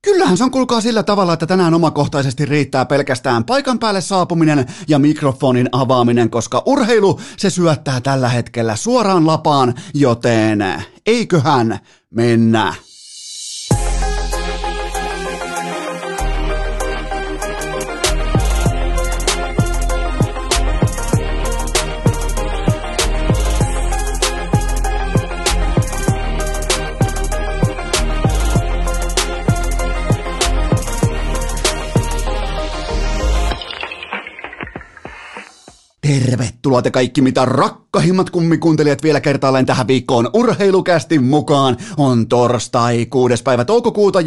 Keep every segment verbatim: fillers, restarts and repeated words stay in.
Kyllähän se on kuulkaa sillä tavalla, että tänään omakohtaisesti riittää pelkästään paikan päälle saapuminen ja mikrofonin avaaminen, koska urheilu se syöttää tällä hetkellä suoraan lapaan, joten eiköhän mennä. Tervetuloa te kaikki mitä rakkahimmat kummikuuntelijat vielä kertaalleen tähän viikkoon Urheilukästin mukaan. On torstai kuudes päivä toukokuuta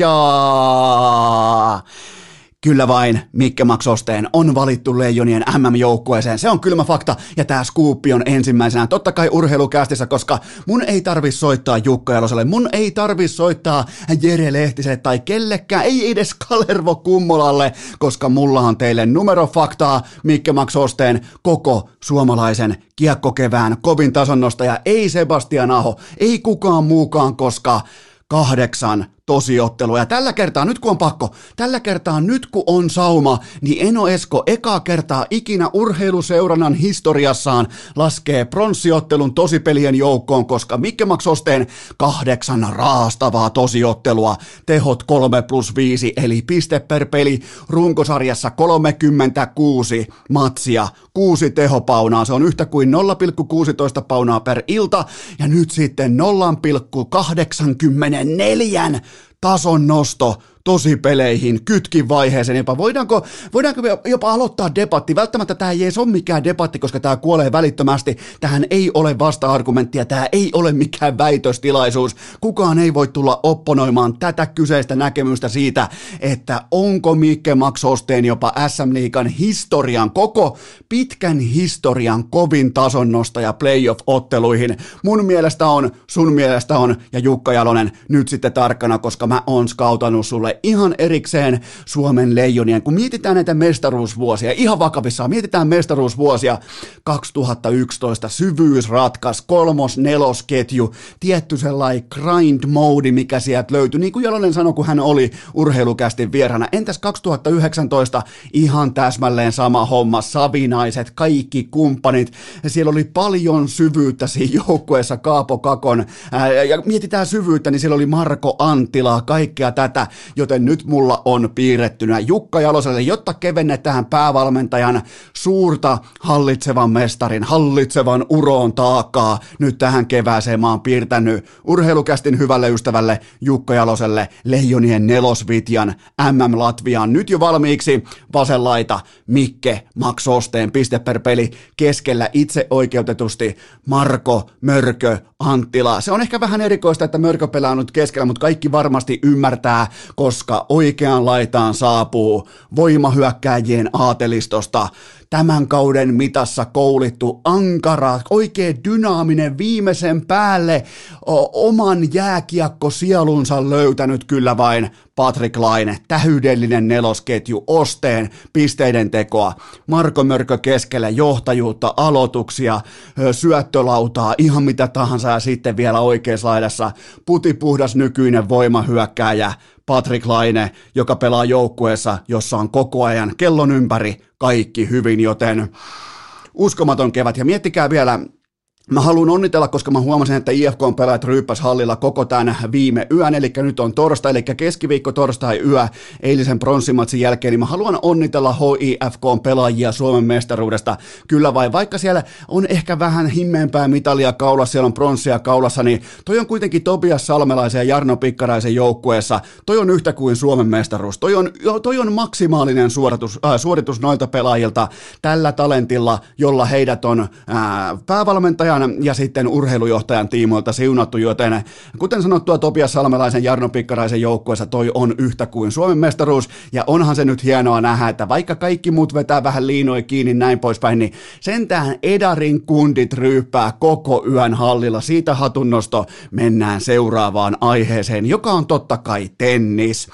ja... Kyllä vain, Mikke Max Osteen on valittu Leijonien M M-joukkueeseen. Se on kylmä fakta ja tää skuuppi on ensimmäisenä totta kai Urheilukästissä, koska mun ei tarvi soittaa Jukka Jaloselle, mun ei tarvi soittaa Jere Lehtiselle tai kellekään, ei edes Kalervo Kummolalle, koska mulla on teille numerofaktaa Mikke Max Osteen koko suomalaisen kiekkokevään kovin tasonnostaja, ei Sebastian Aho, ei kukaan muukaan, koska kahdeksan tosiottelua. Ja tällä kertaa, nyt kun on pakko, tällä kertaa nyt kun on sauma, niin Eno Esko ekaa kertaa ikinä urheiluseurannan historiassaan laskee pronssiottelun tosipelien joukkoon, koska Mikke Max Osteen kahdeksan raastavaa tosiottelua, tehot kolme plus viisi, eli piste per peli, runkosarjassa kolmekymmentäkuusi matsia, kuusi tehopaunaa, se on yhtä kuin nolla pilkku kuusitoista paunaa per ilta, ja nyt sitten nolla pilkku kahdeksankymmentäneljä tason nosto tosipeleihin, kytkin vaiheeseen jopa. Voidaanko, voidaanko jopa aloittaa debatti? Välttämättä tämä ei edes ole mikään debatti, koska tämä kuolee välittömästi. Tähän ei ole vasta-argumenttia, tämä ei ole mikään väitöstilaisuus. Kukaan ei voi tulla opponoimaan tätä kyseistä näkemystä siitä, että onko Mikke Max Osteen jopa S M-liigan historian, koko pitkän historian kovin tasonnostaja playoff-otteluihin. Mun mielestä on, sun mielestä on, ja Jukka Jalonen nyt sitten tarkkana, koska mä oon skautannut sulle ihan erikseen Suomen Leijonien, kun mietitään näitä mestaruusvuosia, ihan vakavissaan, mietitään mestaruusvuosia kaksituhattayksitoista, syvyys ratkas, kolmos, nelosketju, tietty sellainen grind mode, mikä sieltä löytyi, niin kuin Jalonen sanoi, kun hän oli Urheilukästin vieraana. Entäs kaksituhattayhdeksäntoista, ihan täsmälleen sama homma, savinaiset, kaikki kumppanit, siellä oli paljon syvyyttä siinä joukkueessa, Kaapo Kakon, ää, ja mietitään syvyyttä, niin siellä oli Marko Anttila, kaikkea tätä, joten nyt mulla on piirrettynä Jukka Jaloselle, jotta kevennetään päävalmentajan suurta hallitsevan mestarin, hallitsevan uroon taakkaa. Nyt tähän kevääseen mä oon piirtänyt Urheilukästin hyvälle ystävälle Jukka Jaloselle Leijonien nelosvitjan M M Latviaan. Nyt jo valmiiksi vasen laita Mikke Max Osteen piste per peli keskellä itse oikeutetusti Marko Mörkö Anttila. Se on ehkä vähän erikoista, että Mörkö pelaa nyt keskellä, mutta kaikki varmasti ymmärtää, koska oikeaan laitaan saapuu voimahyökkääjien aatelistosta tämän kauden mitassa koulittu ankara, oikein dynaaminen viimeisen päälle o, oman jääkiekkosielunsa löytänyt kyllä vain Patrik Laine, täydellinen nelosketju, Osteen, pisteiden tekoa, Marko Mörkö keskellä, johtajuutta, aloituksia, syöttölautaa, ihan mitä tahansa ja sitten vielä oikeassa laidassa putipuhdas nykyinen voimahyökkääjä Patrik Laine, joka pelaa joukkueessa, jossa on koko ajan kellon ympäri kaikki hyvin, joten uskomaton kevät. Ja miettikää vielä, mä haluan onnitella, koska mä huomasin, että I F K:n pelaajat ryyppäs hallilla koko tämän viime yön, eli nyt on torstai, eli keskiviikko, torstai, yö, eilisen pronssimatsin jälkeen, niin mä haluan onnitella H I F K:n pelaajia Suomen mestaruudesta. Kyllä vai, vaikka siellä on ehkä vähän himmeämpää mitalia kaulassa, siellä on pronssia kaulassa, niin toi on kuitenkin Topias Salmelaisen ja Jarno Pikkaraisen joukkueessa, toi on yhtä kuin Suomen mestaruus, toi on, toi on maksimaalinen suoritus, äh, suoritus noilta pelaajilta tällä talentilla, jolla heidät on äh, päävalmentaja ja sitten urheilujohtajan tiimoilta siunattu, joten kuten sanottua Topias Salmelaisen Jarno Pikkaraisen joukkueessa toi on yhtä kuin Suomen mestaruus, ja onhan se nyt hienoa nähdä, että vaikka kaikki muut vetää vähän liinoja kiinni näin poispäin, niin sentään Edarin kundit ryyppää koko yön hallilla. Siitä hatunnosto mennään seuraavaan aiheeseen, joka on totta kai tennis.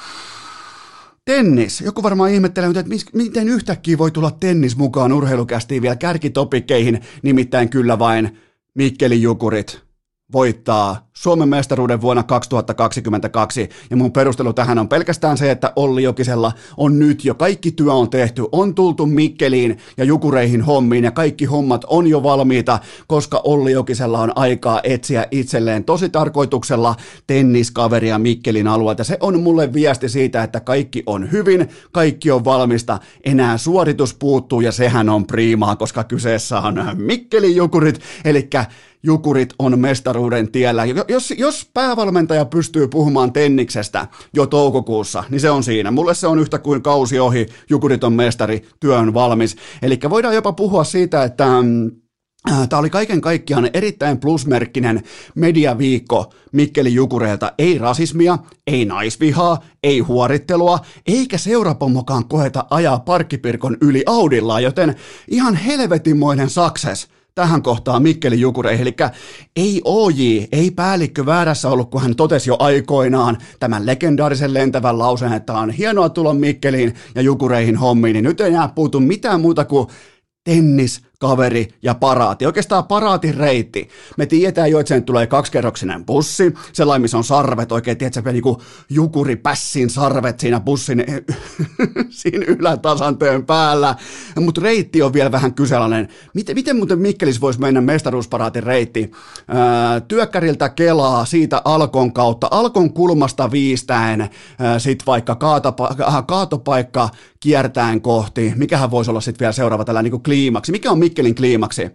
Tennis. Joku varmaan ihmettelee, että miten yhtäkkiä voi tulla tennis mukaan Urheilukästiin vielä kärkitopikkeihin, nimittäin kyllä vain Mikkelin Jukurit voittaa Suomen mestaruuden vuonna kaksituhattakaksikymmentäkaksi, ja mun perustelu tähän on pelkästään se, että Olli Jokisella on nyt jo kaikki työ on tehty, on tultu Mikkeliin ja Jukureihin hommiin, ja kaikki hommat on jo valmiita, koska Olli Jokisella on aikaa etsiä itselleen tosi tarkoituksella tenniskaveria Mikkelin alueelta. Se on mulle viesti siitä, että kaikki on hyvin, kaikki on valmista, enää suoritus puuttuu, ja sehän on priimaa, koska kyseessä on Mikkelin Jukurit, eli Jukurit on mestaruuden tiellä. Jos, jos päävalmentaja pystyy puhumaan tenniksestä jo toukokuussa, niin se on siinä. Mulle se on yhtä kuin kausi ohi, Jukurit on mestari, työ on valmis. Eli voidaan jopa puhua siitä, että tämä oli kaiken kaikkiaan erittäin plusmerkkinen mediaviikko Mikkelin Jukureilta. Ei rasismia, ei naisvihaa, ei huorittelua, eikä seurapommokaan koeta ajaa parkkipirkon yli Audillaan, joten ihan helvetinmoinen success tähän kohtaan Mikkelin Jukureihin, eli ei O J, ei päällikkö väärässä ollut, kun hän totesi jo aikoinaan tämän legendaarisen lentävän lauseen, että on hienoa tulla Mikkeliin ja Jukureihin hommiin, niin nyt ei enää puutu mitään muuta kuin tennis, kaveri ja paraati. Oikeastaan paraatin reitti. Me tiedetään jo, että sen tulee kaksikerroksinen bussi, sellainen, missä on sarvet, oikein, tiedätkö, vielä niin kuin jukuripässin sarvet siinä bussin siinä ylätasanteen päällä, mutta reitti on vielä vähän kyselainen. Miten, miten muuten Mikkelis voisi mennä mestaruusparaatin reitti? Öö, työkkäriltä Kelaa, siitä Alkon kautta, Alkon kulmasta viistäen, öö, sitten vaikka kaatopa- kaatopaikka kiertäen kohti. Mikähän voisi olla sitten vielä seuraava tällä niin kuin kliimaksi? Mikä on Mikkelin kliimaksi?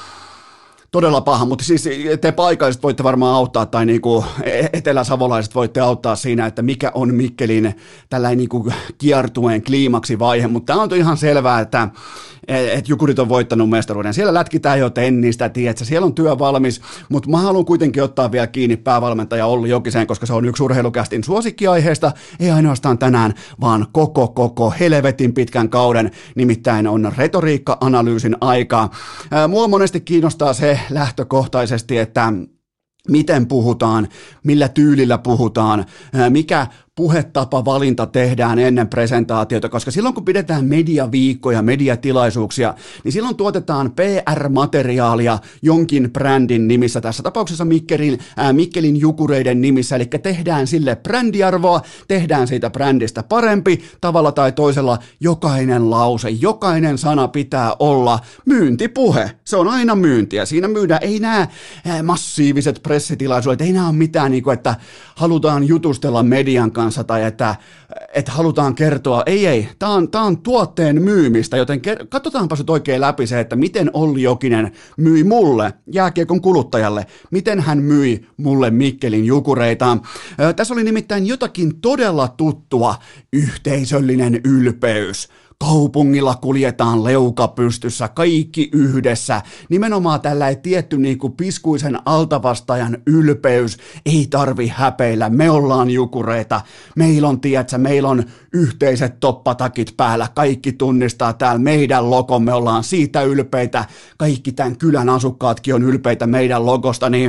Todella paha, mutta siis te paikalliset voitte varmaan auttaa, tai niinku eteläsavolaiset voitte auttaa siinä, että mikä on Mikkelin tällainen niinku kiertueen kliimaksi vaihe, mutta tämä on ihan selvää, että et Jukurit on voittanut mestaruuden. Siellä lätkitään jo tennistä, tiedätkö, siellä on työ valmis, mutta mä haluan kuitenkin ottaa vielä kiinni päävalmentaja Olli Jokiseen, koska se on yksi urheilukästin suosikkiaiheesta, ei ainoastaan tänään, vaan koko, koko helvetin pitkän kauden, nimittäin on retoriikka-analyysin aika. Mua monesti kiinnostaa se lähtökohtaisesti, että miten puhutaan, millä tyylillä puhutaan, mikä puhetapa valinta tehdään ennen presentaatiota, koska silloin kun pidetään mediaviikkoja, mediatilaisuuksia, niin silloin tuotetaan P R-materiaalia jonkin brändin nimissä, tässä tapauksessa Mikkelin, ää, Mikkelin Jukureiden nimissä, eli tehdään sille brändiarvoa, tehdään siitä brändistä parempi, tavalla tai toisella jokainen lause, jokainen sana pitää olla myyntipuhe, se on aina myyntiä, siinä myydään, ei nämä massiiviset pressitilaisuudet, ei nämä ole mitään, niin kuin, että halutaan jutustella median kanssa, tai että, että halutaan kertoa, ei ei, tämä on, tämä on tuotteen myymistä, joten katsotaanpa nyt oikein läpi se, että miten Olli Jokinen myi mulle, jääkiekon kuluttajalle, miten hän myi mulle Mikkelin Jukureita. Tässä oli nimittäin jotakin todella tuttua, yhteisöllinen ylpeys. Kaupungilla kuljetaan leuka pystyssä, kaikki yhdessä. Nimenomaan tällainen tietty niin kuin piskuisen altavastajan ylpeys. Ei tarvi häpeillä, me ollaan Jukureita. Meillä on, tiedätkö, meillä on yhteiset toppatakit päällä. Kaikki tunnistaa täällä meidän logo, me ollaan siitä ylpeitä. Kaikki tämän kylän asukkaatkin on ylpeitä meidän logosta. Niin,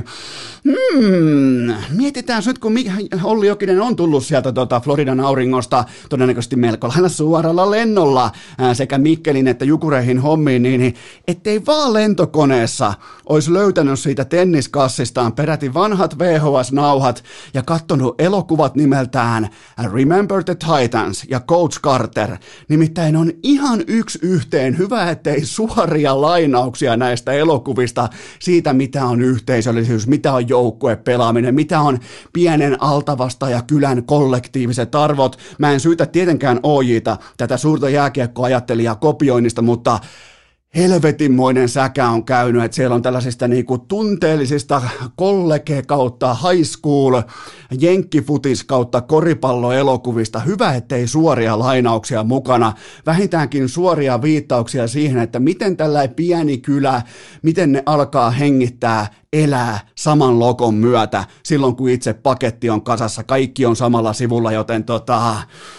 hmm, mietitään nyt, kun Olli Jokinen on tullut sieltä tuota Floridan auringosta, todennäköisesti melko lailla suoralla lennolla sekä Mikkelin että Jukureihin hommiin, niin ettei vaan lentokoneessa olisi löytänyt siitä tenniskassistaan peräti vanhat V H S-nauhat ja katsonut elokuvat nimeltään Remember the Titans ja Coach Carter. Nimittäin on ihan yksi yhteen, hyvä ettei suoria lainauksia näistä elokuvista siitä, mitä on yhteisöllisyys, mitä on joukkuepelaaminen, mitä on pienen altavasta ja kylän kollektiiviset arvot. Mä en syytä tietenkään O J:tä, tätä suurta jääkiekkoajattelijaa kopioinnista, mutta helvetinmoinen säkä on käynyt, että siellä on tällaisista niinku tunteellisista kollege kautta high school, jenkkifutis kautta koripalloelokuvista. Hyvä, ettei suoria lainauksia mukana, vähintäänkin suoria viittauksia siihen, että miten tällainen pieni kylä, miten ne alkaa hengittää, elää saman logon myötä silloin, kun itse paketti on kasassa, kaikki on samalla sivulla, joten tota...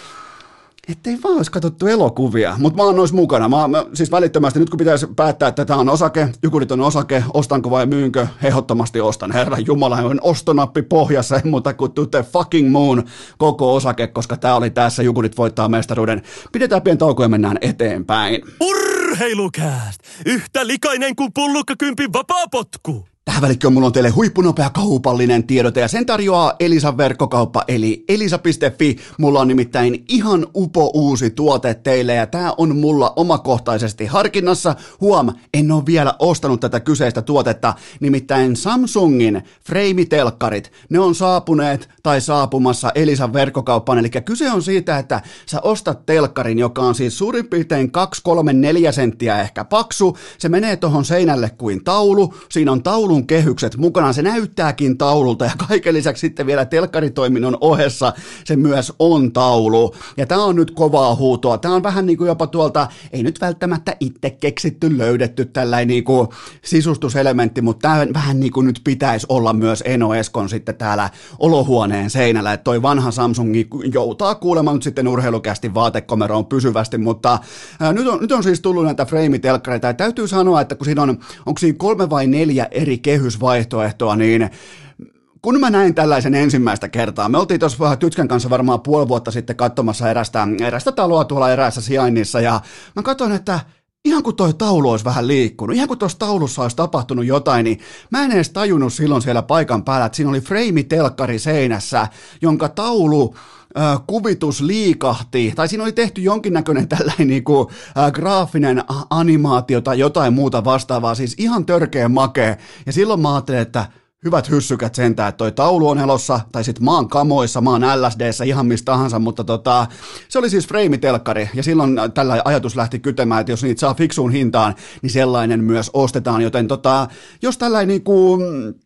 ettei vaan olisi katsottu elokuvia, mutta mä oon nois mukana. Mä, mä, siis välittömästi, nyt kun pitäisi päättää, että tämä on osake, Jukurit on osake, ostanko vai myynkö, ehdottomasti ostan. Herran Jumala, on ostonappi pohjassa, ei muuta kuin to the fucking moon koko osake, koska tämä oli tässä, Jukurit voittaa mestaruuden. Pidetään pieni tauko ja mennään eteenpäin. Urheilukääst! Yhtä likainen kuin pullukkakympin vapaapotku! Tähän välikköön mulla on teille huippunopea kaupallinen tiedote ja sen tarjoaa Elisan verkkokauppa eli elisa piste fi. Mulla on nimittäin ihan upo uusi tuote teille ja tää on mulla omakohtaisesti harkinnassa. Huom, en ole vielä ostanut tätä kyseistä tuotetta, nimittäin Samsungin freimitelkkarit. Ne on saapuneet tai saapumassa Elisan verkkokauppaan, eli kyse on siitä, että sä ostat telkkarin, joka on siis suurin piirtein kaksi kolme neljä senttiä ehkä paksu. Se menee tohon seinälle kuin taulu. Siinä on taulun kehykset mukana, se näyttääkin taululta ja kaiken lisäksi sitten vielä telkkaritoiminnon ohessa se myös on taulu. Ja tää on nyt kovaa huutoa. Tää on vähän niin kuin jopa tuolta, ei nyt välttämättä itse keksitty, löydetty tällainen niin kuin sisustuselementti, mutta tää vähän niin kuin nyt pitäisi olla myös Eno Eskon sitten täällä olohuoneen seinällä, että toi vanha Samsungi joutaa kuulemaan nyt sitten urheilukästi vaatekomeroon pysyvästi, mutta ää, nyt, on, nyt on siis tullut näitä freimitelkkareita ja täytyy sanoa, että kun siinä on, onko siinä kolme vai neljä eri kehysvaihtoehtoa, niin kun mä näin tällaisen ensimmäistä kertaa, me oltiin tuossa Tytskän kanssa varmaan puoli vuotta sitten katsomassa erästä, erästä taloa tuolla eräässä sijainnissa, ja mä katsoin, että ihan kun toi taulu olisi vähän liikkunut, ihan kun tuossa taulussa olisi tapahtunut jotain, niin mä en edes tajunnut silloin siellä paikan päällä, että siinä oli freimitelkkari seinässä, jonka taulu Äh, kuvitus liikahti, tai siinä oli tehty jonkinnäköinen tällainen niin kuin, äh, graafinen animaatio tai jotain muuta vastaavaa, siis ihan törkeä makea, ja silloin mä ajattelin, että hyvät hyssykät sentään, että toi taulu on elossa, tai sit mä oon kamoissa, mä oon L S D:ssä, ihan mistä tahansa, mutta tota, se oli siis freimitelkkari, ja silloin tällä ajatus lähti kytemään, että jos niitä saa fiksuun hintaan, niin sellainen myös ostetaan, joten tota, jos tällainen niinku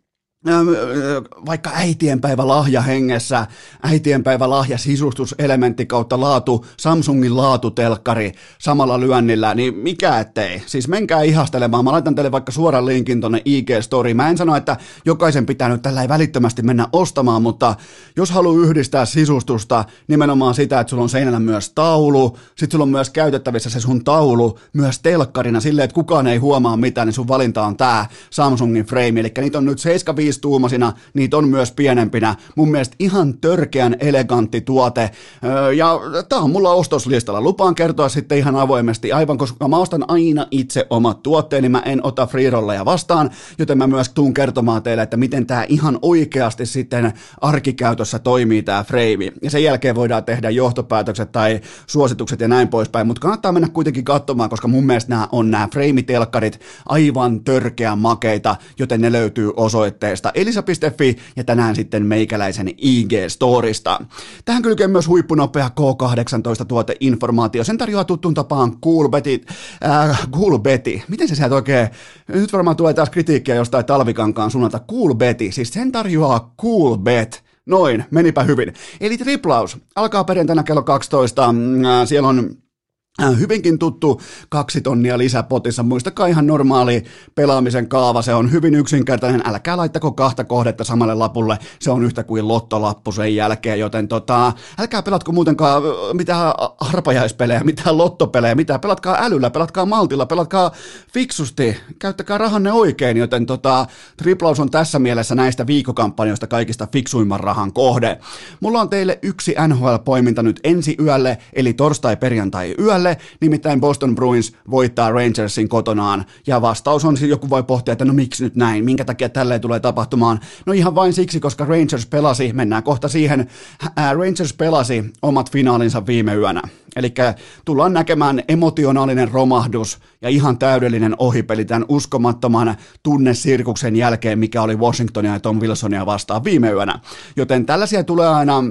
vaikka äitienpäivä lahja hengessä, äitienpäivä lahja sisustuselementti kautta laatu, Samsungin laatutelkkari samalla lyönnillä, niin mikä ettei. Siis menkää ihastelemaan, mä laitan teille vaikka suoran linkin tonne I G-storiin. Mä en sano, että jokaisen pitää nyt tällä ei välittömästi mennä ostamaan, mutta jos haluaa yhdistää sisustusta, nimenomaan sitä, että sulla on seinällä myös taulu, sit sulla on myös käytettävissä se sun taulu myös telkkarina silleen, että kukaan ei huomaa mitään, niin sun valinta on tää Samsungin frame, eli niitä on nyt seitsemänkymmentäviisi tuumasina, niitä on myös pienempinä. Mun mielestä ihan törkeän elegantti tuote, ja tää on mulla ostoslistalla. Lupaan kertoa sitten ihan avoimesti, aivan koska mä ostan aina itse omat tuotteeni, mä en ota free-rolleja vastaan, joten mä myös tuun kertomaan teille, että miten tää ihan oikeasti sitten arkikäytössä toimii tää frame. Ja sen jälkeen voidaan tehdä johtopäätökset tai suositukset ja näin poispäin, mutta kannattaa mennä kuitenkin katsomaan, koska mun mielestä nämä on nämä frame-telkkarit aivan törkeän makeita, joten ne löytyy osoitteesta elisa piste fi ja tänään sitten meikäläisen I G-storista. Tähän kylkee myös huippunopea K kahdeksantoista tuoteinformaatio. Sen tarjoaa tuttuun tapaan Coolbeti. Äh, Coolbeti. Miten se sieltä oikein? Nyt varmaan tulee taas kritiikkiä jostain Talvikankaan suunnalta. Coolbeti. Siis sen tarjoaa Coolbet. Noin, menipä hyvin. Eli triplaus alkaa perjantaina kello kaksitoista. Siellä on hyvinkin tuttu kaksi tonnia lisäpotissa. Muistakaa ihan normaali pelaamisen kaava. Se on hyvin yksinkertainen. Älkää laittako kahta kohdetta samalle lapulle. Se on yhtä kuin lottolappu sen jälkeen. Joten tota, älkää pelatko muutenkaan mitään arpajaispelejä, mitään lottopelejä, mitään. Pelatkaa älyllä, pelatkaa maltilla, pelatkaa fiksusti. Käyttäkää rahanne oikein. Joten tota, triplaus on tässä mielessä näistä viikkokampanjoista kaikista fiksuimman rahan kohde. Mulla on teille yksi N H L-poiminta nyt ensi yölle, eli torstai-perjantai yölle. Nimittäin Boston Bruins voittaa Rangersin kotonaan, ja vastaus on, joku voi pohtia, että no miksi nyt näin, minkä takia tälleen tulee tapahtumaan. No ihan vain siksi, koska Rangers pelasi, mennään kohta siihen, ää, Rangers pelasi omat finaalinsa viime yönä. Eli tullaan näkemään emotionaalinen romahdus ja ihan täydellinen ohipeli tämän uskomattoman tunnesirkuksen jälkeen, mikä oli Washingtonia ja Tom Wilsonia vastaan viime yönä. Joten tällaisia tulee aina.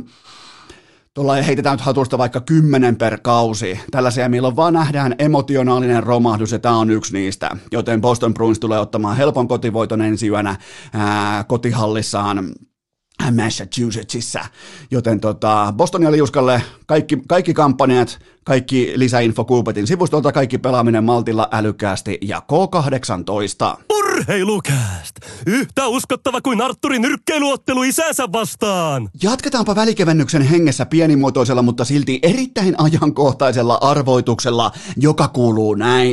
Tuolla heitetään nyt hatusta vaikka kymmenen per kausi. Tällaisia, milloin vaan nähdään emotionaalinen romahdus, ja tämä on yksi niistä. Joten Boston Bruins tulee ottamaan helpon kotivoiton ensi yönä ää, kotihallissaan Massachusettsissa. Joten tota, Boston ja Liuskalle kaikki, kaikki kampanjat, kaikki lisäinfo Coolbetin sivustolta, kaikki pelaaminen maltilla, älykkäästi ja K kahdeksantoista. Urheilukääst! Yhtä uskottava kuin Artturin nyrkkeiluottelu isänsä vastaan! Jatketaanpa välikevennyksen hengessä pienimuotoisella, mutta silti erittäin ajankohtaisella arvoituksella, joka kuuluu näin.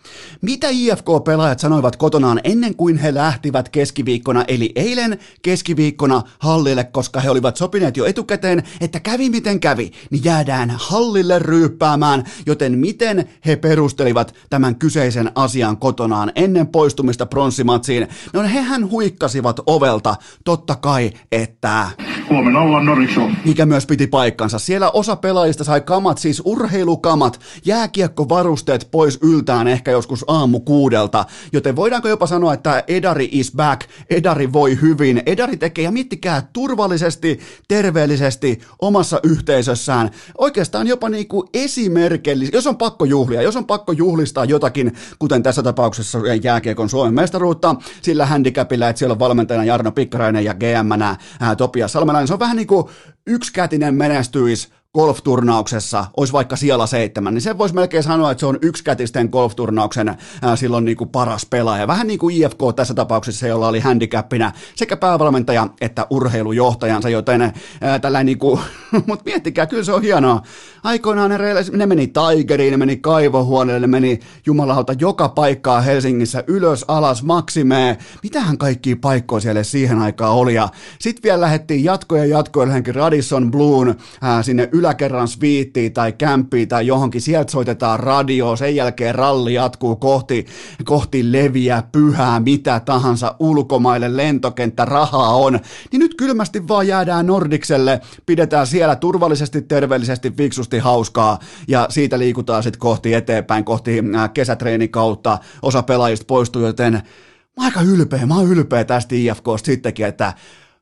Mitä I F K-pelaajat sanoivat kotonaan ennen kuin he lähtivät keskiviikkona, eli eilen keskiviikkona hallille, koska he olivat sopineet jo etukäteen, että kävi miten kävi, niin jäädään hallille ryyppäämään, joten miten he perustelivat tämän kyseisen asian kotonaan ennen poistumista pronssimatsiin? No hehän huikkasivat ovelta, totta kai, että... Huomenna ollaan Norikso. Mikä myös piti paikkansa. Siellä osa pelaajista sai kamat, siis urheilukamat, jääkiekkovarusteet pois yltään ehkä joskus aamu kuudelta, joten voidaanko jopa sanoa, että Edari is back, Edari voi hyvin, Edari tekee ja miettikää turvallisesti, terveellisesti omassa yhteisössään, oikeastaan jopa niin kuin esimerkillisesti, jos on pakko juhlia, jos on pakko juhlistaa jotakin, kuten tässä tapauksessa jääkiekon Suomen mestaruutta, sillä handicapilla, että siellä on valmentajana Jarno Pikkarainen ja G M-nä ää, Topias Salmelainen, se on vähän niin kuin yksikätinen menestyis golf-turnauksessa, olisi vaikka siellä seitsemän, niin sen voisi melkein sanoa, että se on yksikätisten golf-turnauksen ää, silloin niin kuin paras pelaaja. Vähän niin kuin I F K tässä tapauksessa, jolla oli handicapina sekä päävalmentaja että urheilujohtajansa, joten ää, tällainen niin kuin, mutta miettikää, kyllä se on hienoa. Aikoinaan ne, ne meni Tigeriin, ne meni kaivohuoneelle, ne meni jumalauta joka paikkaa Helsingissä, ylös, alas, Maksimeen. Mitähän kaikkia paikkoja siellä siihen aikaan oli, ja sitten vielä lähdettiin jatkoja jatkoja johonkin Radisson Bluun ää, sinne yläkerran sviittiin tai kämppiin tai johonkin, sieltä soitetaan radioa, sen jälkeen ralli jatkuu kohti, kohti leviä, pyhää, mitä tahansa, ulkomaille, lentokenttä, rahaa on, niin nyt kylmästi vaan jäädään Nordikselle, pidetään siellä turvallisesti, terveellisesti, fiksusti hauskaa ja siitä liikutaan sitten kohti eteenpäin, kohti kesätreenikautta, osa pelaajista poistuu, joten mä oon aika ylpeä, mä oon ylpeä tästä I F K:sta sittenkin, että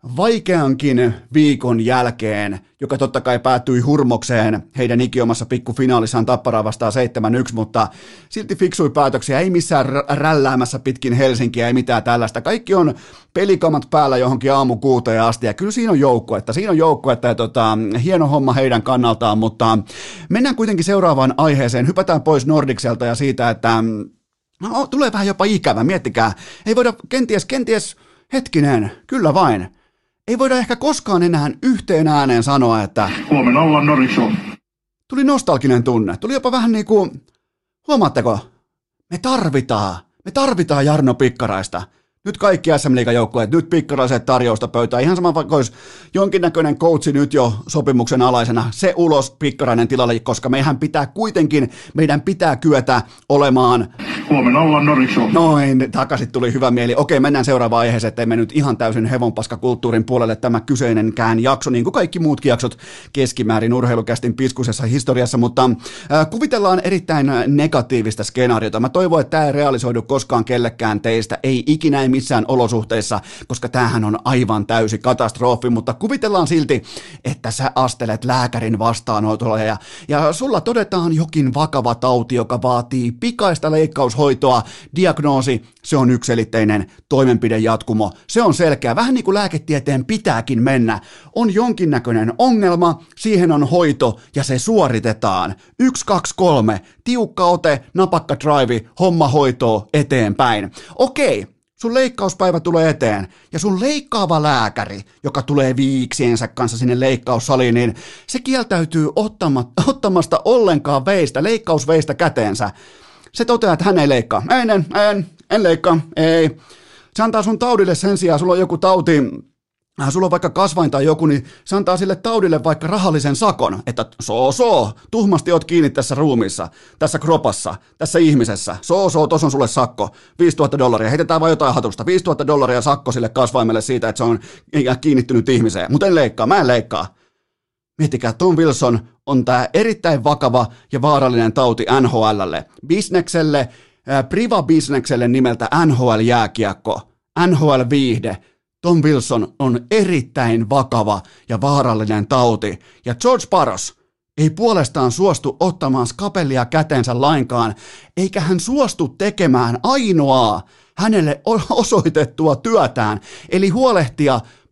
vaikeankin viikon jälkeen, joka totta kai päättyi hurmokseen heidän ikiomassa pikkufinaalissaan Tapparaa vastaan seitsemän yksi, mutta silti fiksui päätöksiä, ei missään rälläämässä pitkin Helsinkiä, ei mitään tällaista. Kaikki on pelikamat päällä johonkin aamu kuuteen asti, ja kyllä siinä on joukkuetta, siinä on joukkuetta, ja tota, hieno homma heidän kannaltaan, mutta mennään kuitenkin seuraavaan aiheeseen, hypätään pois Nordikselta ja siitä, että no, tulee vähän jopa ikävä, miettikää, ei voida kenties, kenties, hetkinen, kyllä vain, ei voida ehkä koskaan enää yhteen ääneen sanoa, että huomenna ollaan Norikso. Tuli nostalginen tunne. Tuli jopa vähän niin kuin, huomaatteko, me tarvitaan, me tarvitaan Jarno Pikkaraista. Nyt kaikki S M-liigan joukkueet, nyt Pikkaraiset tarjousta pöytään. Ihan sama vaikka olisi jonkinnäköinen coachi nyt jo sopimuksen alaisena. Se ulos Pikkarainen tilalle, koska meidän pitää kuitenkin, meidän pitää kyetä olemaan... Huomenna ollaan Norikso. Noin, takaisin tuli hyvä mieli. Okei, mennään seuraavaan aiheeseen, ettei me nyt ihan täysin hevonpaskakulttuurin puolelle tämä kyseinenkään jakso, niin kuin kaikki muutkin jaksot keskimäärin urheilukästin piskusessa historiassa, mutta äh, kuvitellaan erittäin negatiivista skenaariota. Mä toivon, että tämä ei realisoidu koskaan kellekään teistä, ei ikinä ei missään olosuhteissa, koska tämähän on aivan täysi katastrofi, mutta kuvitellaan silti, että sä astelet lääkärin vastaanotolla ja, ja sulla todetaan jokin vakava tauti, joka vaatii pikaista leikkaushoitoa, diagnoosi, se on yksiselitteinen toimenpidejatkumo, se on selkeä, vähän niin kuin lääketieteen pitääkin mennä, on jonkinnäköinen ongelma, siihen on hoito ja se suoritetaan, yksi, kaksi, kolme, tiukka ote, napakka drive, homma hoitoa eteenpäin, okei. Sun leikkauspäivä tulee eteen, ja sun leikkaava lääkäri, joka tulee viiksiensä kanssa sinne leikkaussaliin, niin se kieltäytyy ottamasta ollenkaan veistä, leikkausveistä käteensä. Se toteaa, että hän ei leikkaa. En, en, en, en leikkaa, ei. Se antaa sun taudille sen sijaan, sulla on joku tauti, sulla on vaikka kasvain tai joku, niin se antaa sille taudille vaikka rahallisen sakon, että soo soo, tuhmasti oot kiinni tässä ruumissa, tässä kropassa, tässä ihmisessä, soo soo, tos on sulle sakko, viisituhatta dollaria, heitetään vaan jotain hatusta, viisituhatta dollaria sakko sille kasvaimelle siitä, että se on kiinnittynyt ihmiseen, mutta en leikkaa, mä en leikkaa. Miettikää, Tom Wilson on tää erittäin vakava ja vaarallinen tauti N H L:lle, bisnekselle, priva-bisnekselle nimeltä N H L-jääkiekko, N H L-viihde. Tom Wilson on erittäin vakava ja vaarallinen tauti, ja George Parros ei puolestaan suostu ottamaan skapellia käteensä lainkaan, eikä hän suostu tekemään ainoaa hänelle osoitettua työtään, eli huolehtia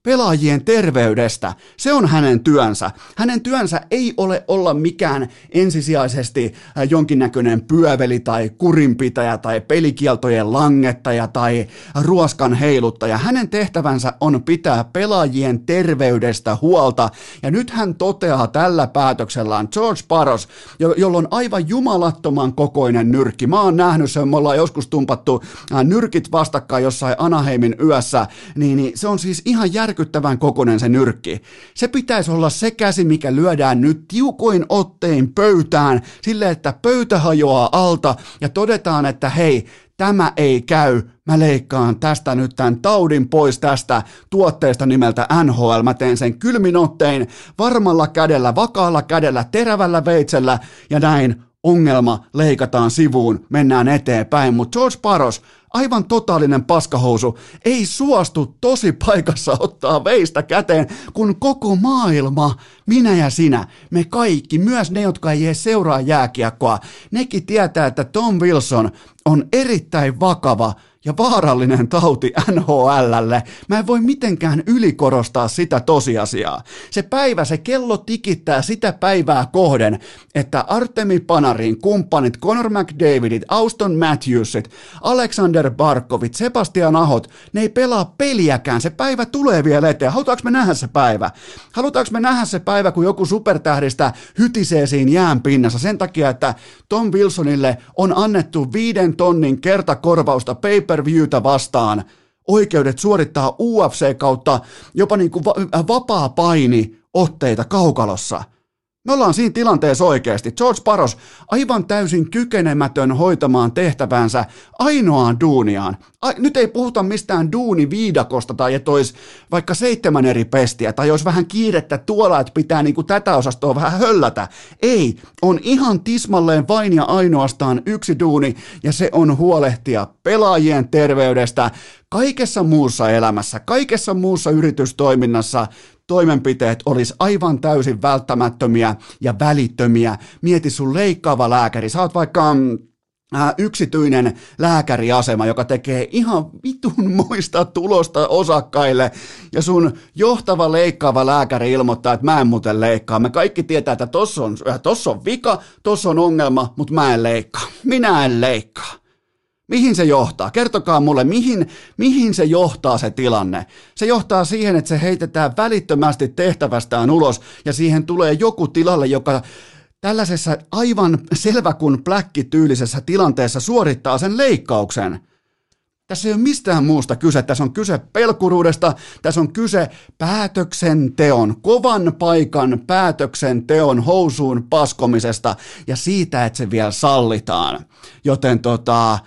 pelaajien terveydestä. Se on hänen työnsä. Hänen työnsä ei ole olla mikään ensisijaisesti jonkinnäköinen pyöveli tai kurinpitäjä tai pelikieltojen langettaja tai ruoskan heiluttaja. Hänen tehtävänsä on pitää pelaajien terveydestä huolta. Ja nyt hän toteaa tällä päätöksellään George Parros, jo- jolla on aivan jumalattoman kokoinen nyrkki. Mä oon nähnyt sen, me ollaan joskus tumpattu nyrkit vastakkain jossain Anaheimin yössä, niin, niin se on siis ihan järkyttävän kokoinen se nyrkki. Se pitäisi olla se käsi, mikä lyödään nyt tiukoin ottein pöytään, silleen, että pöytä hajoaa alta ja todetaan, että hei, tämä ei käy, mä leikkaan tästä nyt tämän taudin pois tästä tuotteesta nimeltä N H L, mä teen sen kylmin ottein, varmalla kädellä, vakaalla kädellä, terävällä veitsellä ja näin ongelma leikataan sivuun, mennään eteenpäin, mutta George Parros, aivan totaalinen paskahousu, ei suostu tosi paikassa ottaa veistä käteen, kun koko maailma, minä ja sinä, me kaikki, myös ne, jotka ei edes seuraa jääkiekkoa, nekin tietää, että Tom Wilson on erittäin vakava ja vaarallinen tauti N H L:lle. Mä en voi mitenkään ylikorostaa sitä tosiasiaa. Se päivä, se kello tikittää sitä päivää kohden, että Artemi Panarin kumppanit Connor McDavidit, Auston Matthewsit, Alexander Barkovit, Sebastian Ahot, ne ei pelaa peliäkään. Se päivä tulee vielä eteen. Halutaanko me nähdä se päivä? Halutaanko me nähdä se päivä, kun joku supertähdistä hytisee siinä jään pinnassa sen takia, että Tom Wilsonille on annettu viiden tonnin kertakorvausta paper viewtä vastaan, oikeudet suorittaa U F C kautta jopa niin kuin va- vapaa paini otteita kaukalossa. Me ollaan siinä tilanteessa oikeasti. George Parros aivan täysin kykenemätön hoitamaan tehtävänsä ainoaan duuniaan. Ai, nyt ei puhuta mistään duuniviidakosta tai että olisi vaikka seitsemän eri pestiä tai olisi vähän kiirettä tuolla, että pitää niin kuin tätä osastoa vähän höllätä. Ei, on ihan tismalleen vain ja ainoastaan yksi duuni ja se on huolehtia pelaajien terveydestä kaikessa muussa elämässä, kaikessa muussa yritystoiminnassa. Toimenpiteet olisi aivan täysin välttämättömiä ja välittömiä. Mieti sun leikkaava lääkäri. Sä oot vaikka äh, yksityinen lääkäriasema, joka tekee ihan vitun moista tulosta osakkaille. Ja sun johtava leikkaava lääkäri ilmoittaa, että mä en muuten leikkaa. Me kaikki tietää, että tossa on, äh, tossa on vika, tossa on ongelma, mutta mä en leikkaa. Minä en leikkaa. Mihin se johtaa? Kertokaa mulle, mihin, mihin se johtaa se tilanne. Se johtaa siihen, että se heitetään välittömästi tehtävästään ulos ja siihen tulee joku tilalle, joka tällaisessa aivan selvä kuin pläkkityylisessä tilanteessa suorittaa sen leikkauksen. Tässä ei ole mistään muusta kyse. Tässä on kyse pelkuruudesta, tässä on kyse päätöksenteon, kovan paikan päätöksenteon housuun paskomisesta ja siitä, että se vielä sallitaan. Joten tota...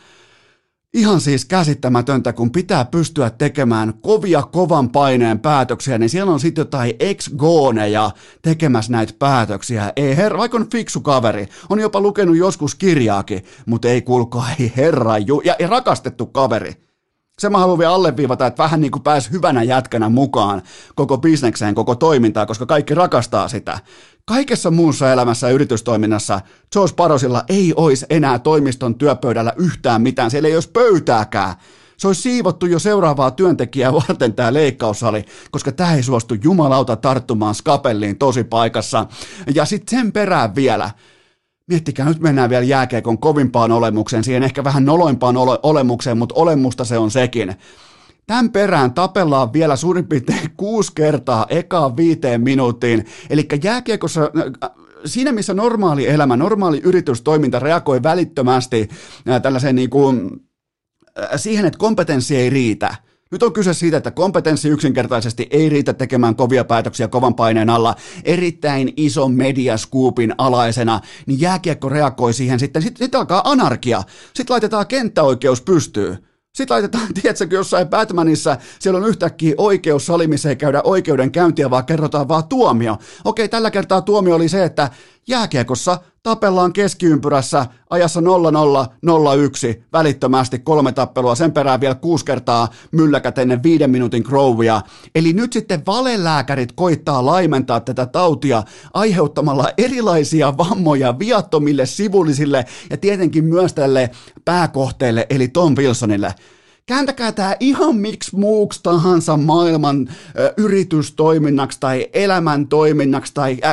Ihan siis käsittämätöntä, kun pitää pystyä tekemään kovia kovan paineen päätöksiä, niin siellä on sitten jotain ex-gooneja tekemässä näitä päätöksiä. Ei herra, vaikka on fiksu kaveri, on jopa lukenut joskus kirjaakin, mutta ei kuulkaa, ei herra, ju- ja, ja rakastettu kaveri. Se mä haluan vielä alleviivata, että vähän niin kuin pääsi hyvänä jätkänä mukaan koko bisnekseen, koko toimintaan, koska kaikki rakastaa sitä. Kaikessa muussa elämässä ja yritystoiminnassa George Parrosilla ei olisi enää toimiston työpöydällä yhtään mitään, siellä ei olisi pöytääkään. Se olisi siivottu jo seuraavaa työntekijää varten tämä leikkaussali, koska tämä ei suostu jumalauta tarttumaan skapelliin tosi paikassa. Ja sitten sen perään vielä. Miettikää, nyt mennään vielä jääkiekon kovimpaan olemukseen, siihen ehkä vähän noloimpaan ole- olemukseen, mutta olemusta se on sekin. Tämän perään tapellaan vielä suurin piirtein kuusi kertaa ekaan viiteen minuuttiin, eli jääkiekossa siinä missä normaali elämä, normaali yritystoiminta reagoi välittömästi tällaiseen niin kuin, siihen, että kompetenssi ei riitä. Nyt on kyse siitä, että kompetenssi yksinkertaisesti ei riitä tekemään kovia päätöksiä kovan paineen alla erittäin ison mediaskuupin alaisena, niin jääkiekko reagoi siihen sitten, sitten sit alkaa anarkia, sitten laitetaan kenttäoikeus pystyyn. Sitten laitetaan, tiedätkö, jossain Batmanissa, siellä on yhtäkkiä oikeussali, missä ei käydä oikeudenkäyntiä, vaan kerrotaan vaan tuomio. Okei, tällä kertaa tuomio oli se, että jääkiekossa tapellaan keskiympyrässä ajassa nolla nolla nolla yksi välittömästi kolme tappelua, sen perään vielä kuusi kertaa mylläkät ennen viiden minuutin crowia. Eli nyt sitten valelääkärit koittaa laimentaa tätä tautia aiheuttamalla erilaisia vammoja viattomille sivullisille ja tietenkin myös tälle pääkohteelle eli Tom Wilsonille. Kääntäkää tämä ihan miksi muuksi tahansa maailman ö, yritystoiminnaksi tai elämäntoiminnaksi tai... Äh,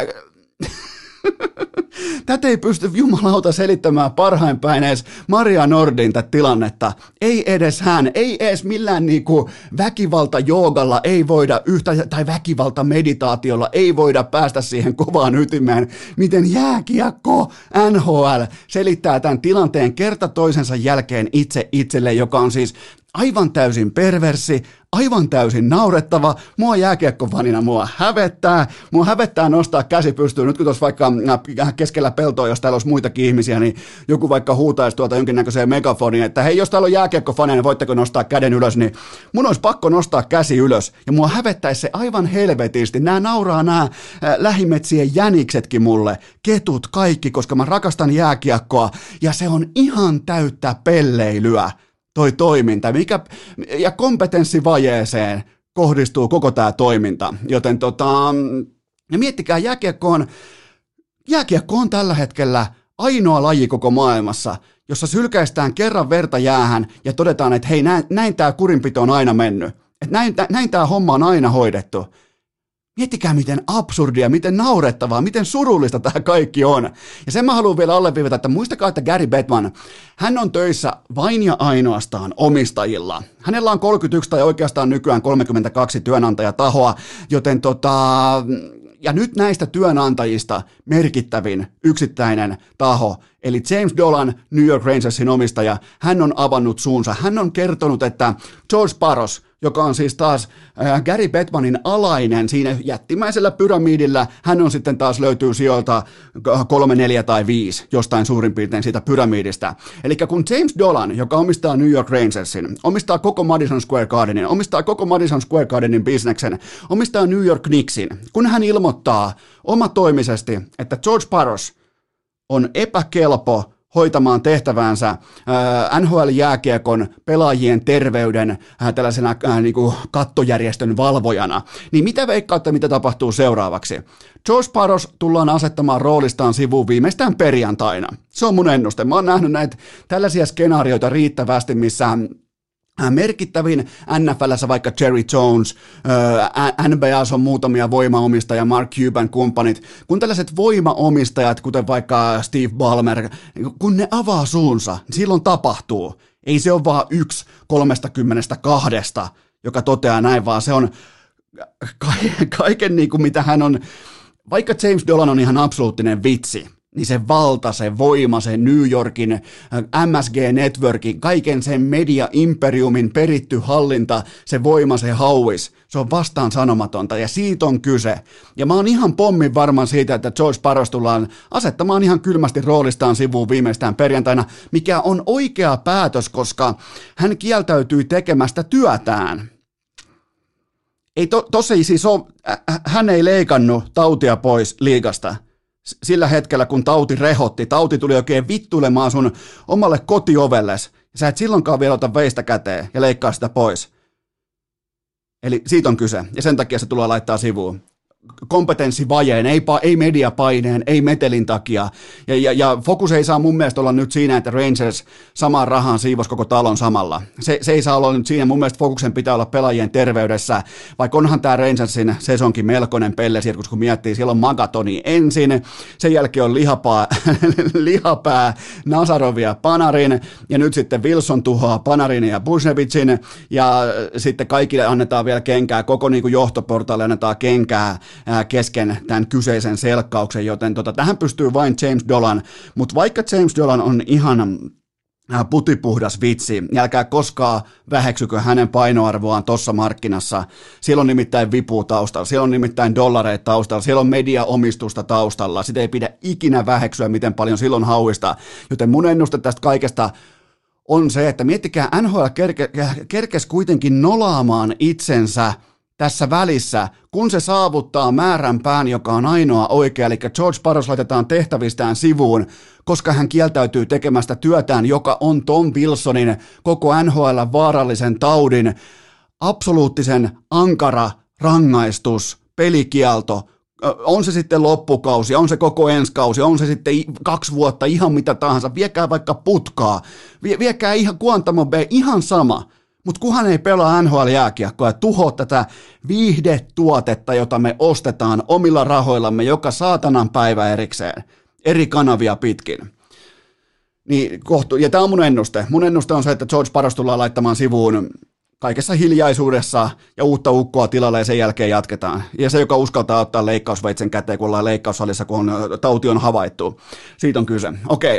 Tätä ei pysty jumalauta selittämään parhain päin edes Maria Nordin tätä tilannetta. Ei edes hän, ei edes millään niinku väkivalta-joogalla ei voida yhtä, tai väkivalta-meditaatiolla ei voida päästä siihen kovaan ytimeen, miten jääkiekko N H L selittää tämän tilanteen kerta toisensa jälkeen itse itselle, joka on siis aivan täysin perversi, aivan täysin naurettava. Mua jääkiekkofanina mua hävettää. Mua hävettää nostaa käsi pystyyn. Nyt kun tuossa vaikka keskellä peltoa, jos täällä olisi muitakin ihmisiä, niin joku vaikka huutaisi tuolta jonkinnäköiseen megafoniin, että hei, jos täällä on jääkiekkofaneja, niin voitteko nostaa käden ylös, niin mun olisi pakko nostaa käsi ylös. Ja mua hävettäisi se aivan helvetisti. Nämä nauraa nämä lähimetsien jäniksetkin mulle. Ketut kaikki, koska mä rakastan jääkiekkoa. Ja se on ihan täyttä pelleilyä. Toi toiminta, mikä, ja kompetenssivajeeseen kohdistuu koko tämä toiminta, joten tota, ja miettikää, jääkiekko on, jääkiekko on tällä hetkellä ainoa laji koko maailmassa, jossa sylkäistään kerran verta jäähän ja todetaan, että hei, näin, näin tämä kurinpito on aina mennyt, että näin, näin tämä homma on aina hoidettu. Miettikää, miten absurdia, miten naurettavaa, miten surullista tämä kaikki on. Ja sen mä haluan vielä alleviivata, että muistakaa, että Gary Bettman, hän on töissä vain ja ainoastaan omistajilla. Hänellä on kolmekymmentäyksi tai oikeastaan nykyään kolmekymmentäkaksi työnantajatahoa, joten tota... Ja nyt näistä työnantajista merkittävin yksittäinen taho, eli James Dolan, New York Rangersin omistaja, hän on avannut suunsa. Hän on kertonut, että George Parros, joka on siis taas äh, Gary Bettmanin alainen siinä jättimäisellä pyramidillä, hän on sitten taas löytyy sijoilta kolme, neljä tai viisi, jostain suurin piirtein siitä pyramidista. Eli kun James Dolan, joka omistaa New York Rangersin, omistaa koko Madison Square Gardenin, omistaa koko Madison Square Gardenin bisneksen, omistaa New York Knicksin, kun hän ilmoittaa omatoimisesti, että George Parros on epäkelpo hoitamaan tehtäväänsä N H L-jääkiekon pelaajien terveyden tällaisena niin kuin kattojärjestön valvojana, niin mitä veikkaatte, mitä tapahtuu seuraavaksi? George Parros tullaan asettamaan roolistaan sivuun viimeistään perjantaina. Se on mun ennuste. Mä oon nähnyt näitä tällaisia skenaarioita riittävästi, missä merkittävin N F L:ssä vaikka Jerry Jones, N B A:ssa on muutamia voimaomistajia, Mark Cuban kumppanit, kun tällaiset voimaomistajat, kuten vaikka Steve Ballmer, kun ne avaa suunsa, niin silloin tapahtuu. Ei se ole vaan yksi kolmestakymmenestä kahdesta, joka toteaa näin, vaan se on kaiken niin kuin mitä hän on, vaikka James Dolan on ihan absoluuttinen vitsi, niin se valta, se voima, se New Yorkin M S G-networkin, kaiken sen media-imperiumin peritty hallinta, se voima, se hauis, se on vastaan sanomatonta ja siitä on kyse. Ja mä oon ihan pommin varman siitä, että George Parros tullaan asettamaan ihan kylmästi roolistaan sivuun viimeistään perjantaina, mikä on oikea päätös, koska hän kieltäytyi tekemästä työtään. Ei to, tossa ei siis ole, hän ei leikannut tautia pois liigasta. Sillä hetkellä, kun tauti rehotti, tauti tuli oikein vittuilemaan sun omalle kotiovelles, ja sä et silloinkaan vielä ota veistä käteen ja leikkaa sitä pois. Eli siitä on kyse, ja sen takia se tulee laittaa sivuun. Kompetenssivajeen, ei, ei mediapaineen, ei metelin takia. Ja, ja, ja fokus ei saa mun mielestä olla nyt siinä, että Rangers samaan rahaan siivos koko talon samalla. Se, se ei saa olla nyt siinä. Mun mielestä fokuksen pitää olla pelaajien terveydessä, vaikka onhan tämä Rangersin sesonkin melkoinen pellesirkus, kun miettii, siellä on Magatoni ensin, sen jälkeen on lihapää, lihapää Nazarovia Panarin, ja nyt sitten Wilson tuhoaa Panarin ja Bušnevicin, ja sitten kaikille annetaan vielä kenkää, koko niin kuin johtoportaalle annetaan kenkää kesken tämän kyseisen selkkauksen, joten tota, tähän pystyy vain James Dolan, mutta vaikka James Dolan on ihan putipuhdas vitsi, niin älkää koskaan väheksykö hänen painoarvoaan tuossa markkinassa. Siellä on nimittäin vipua taustalla, siellä on nimittäin dollareita taustalla, siellä on mediaomistusta taustalla, sitä ei pidä ikinä väheksyä, miten paljon silloin hauista, joten mun ennuste tästä kaikesta on se, että miettikää, N H L kerke, kerkes kuitenkin nolaamaan itsensä tässä välissä, kun se saavuttaa määränpään, joka on ainoa oikea, eli George Parros laitetaan tehtävistään sivuun, koska hän kieltäytyy tekemästä työtään, joka on Tom Wilsonin koko N H L vaarallisen taudin absoluuttisen ankara rangaistus, pelikielto, on se sitten loppukausi, on se koko ensi kausi, on se sitten kaksi vuotta, ihan mitä tahansa, viekää vaikka putkaa, vie, viekää ihan Guantanamo Bay, ihan sama. Mutta kuhan ei pelaa N H L-jääkiekkoa ja tuhoa tätä viihdetuotetta, jota me ostetaan omilla rahoillamme joka saatanan päivä erikseen, eri kanavia pitkin. Niin kohtu, ja tämä on mun ennuste. Mun ennuste on se, että George Parros tullaan laittamaan sivuun kaikessa hiljaisuudessa ja uutta ukkoa tilalle ja sen jälkeen jatketaan. Ja se, joka uskaltaa ottaa leikkausveitsen käteen, kun ollaan leikkaussalissa, kun on, tauti on havaittu. Siitä on kyse. Okei.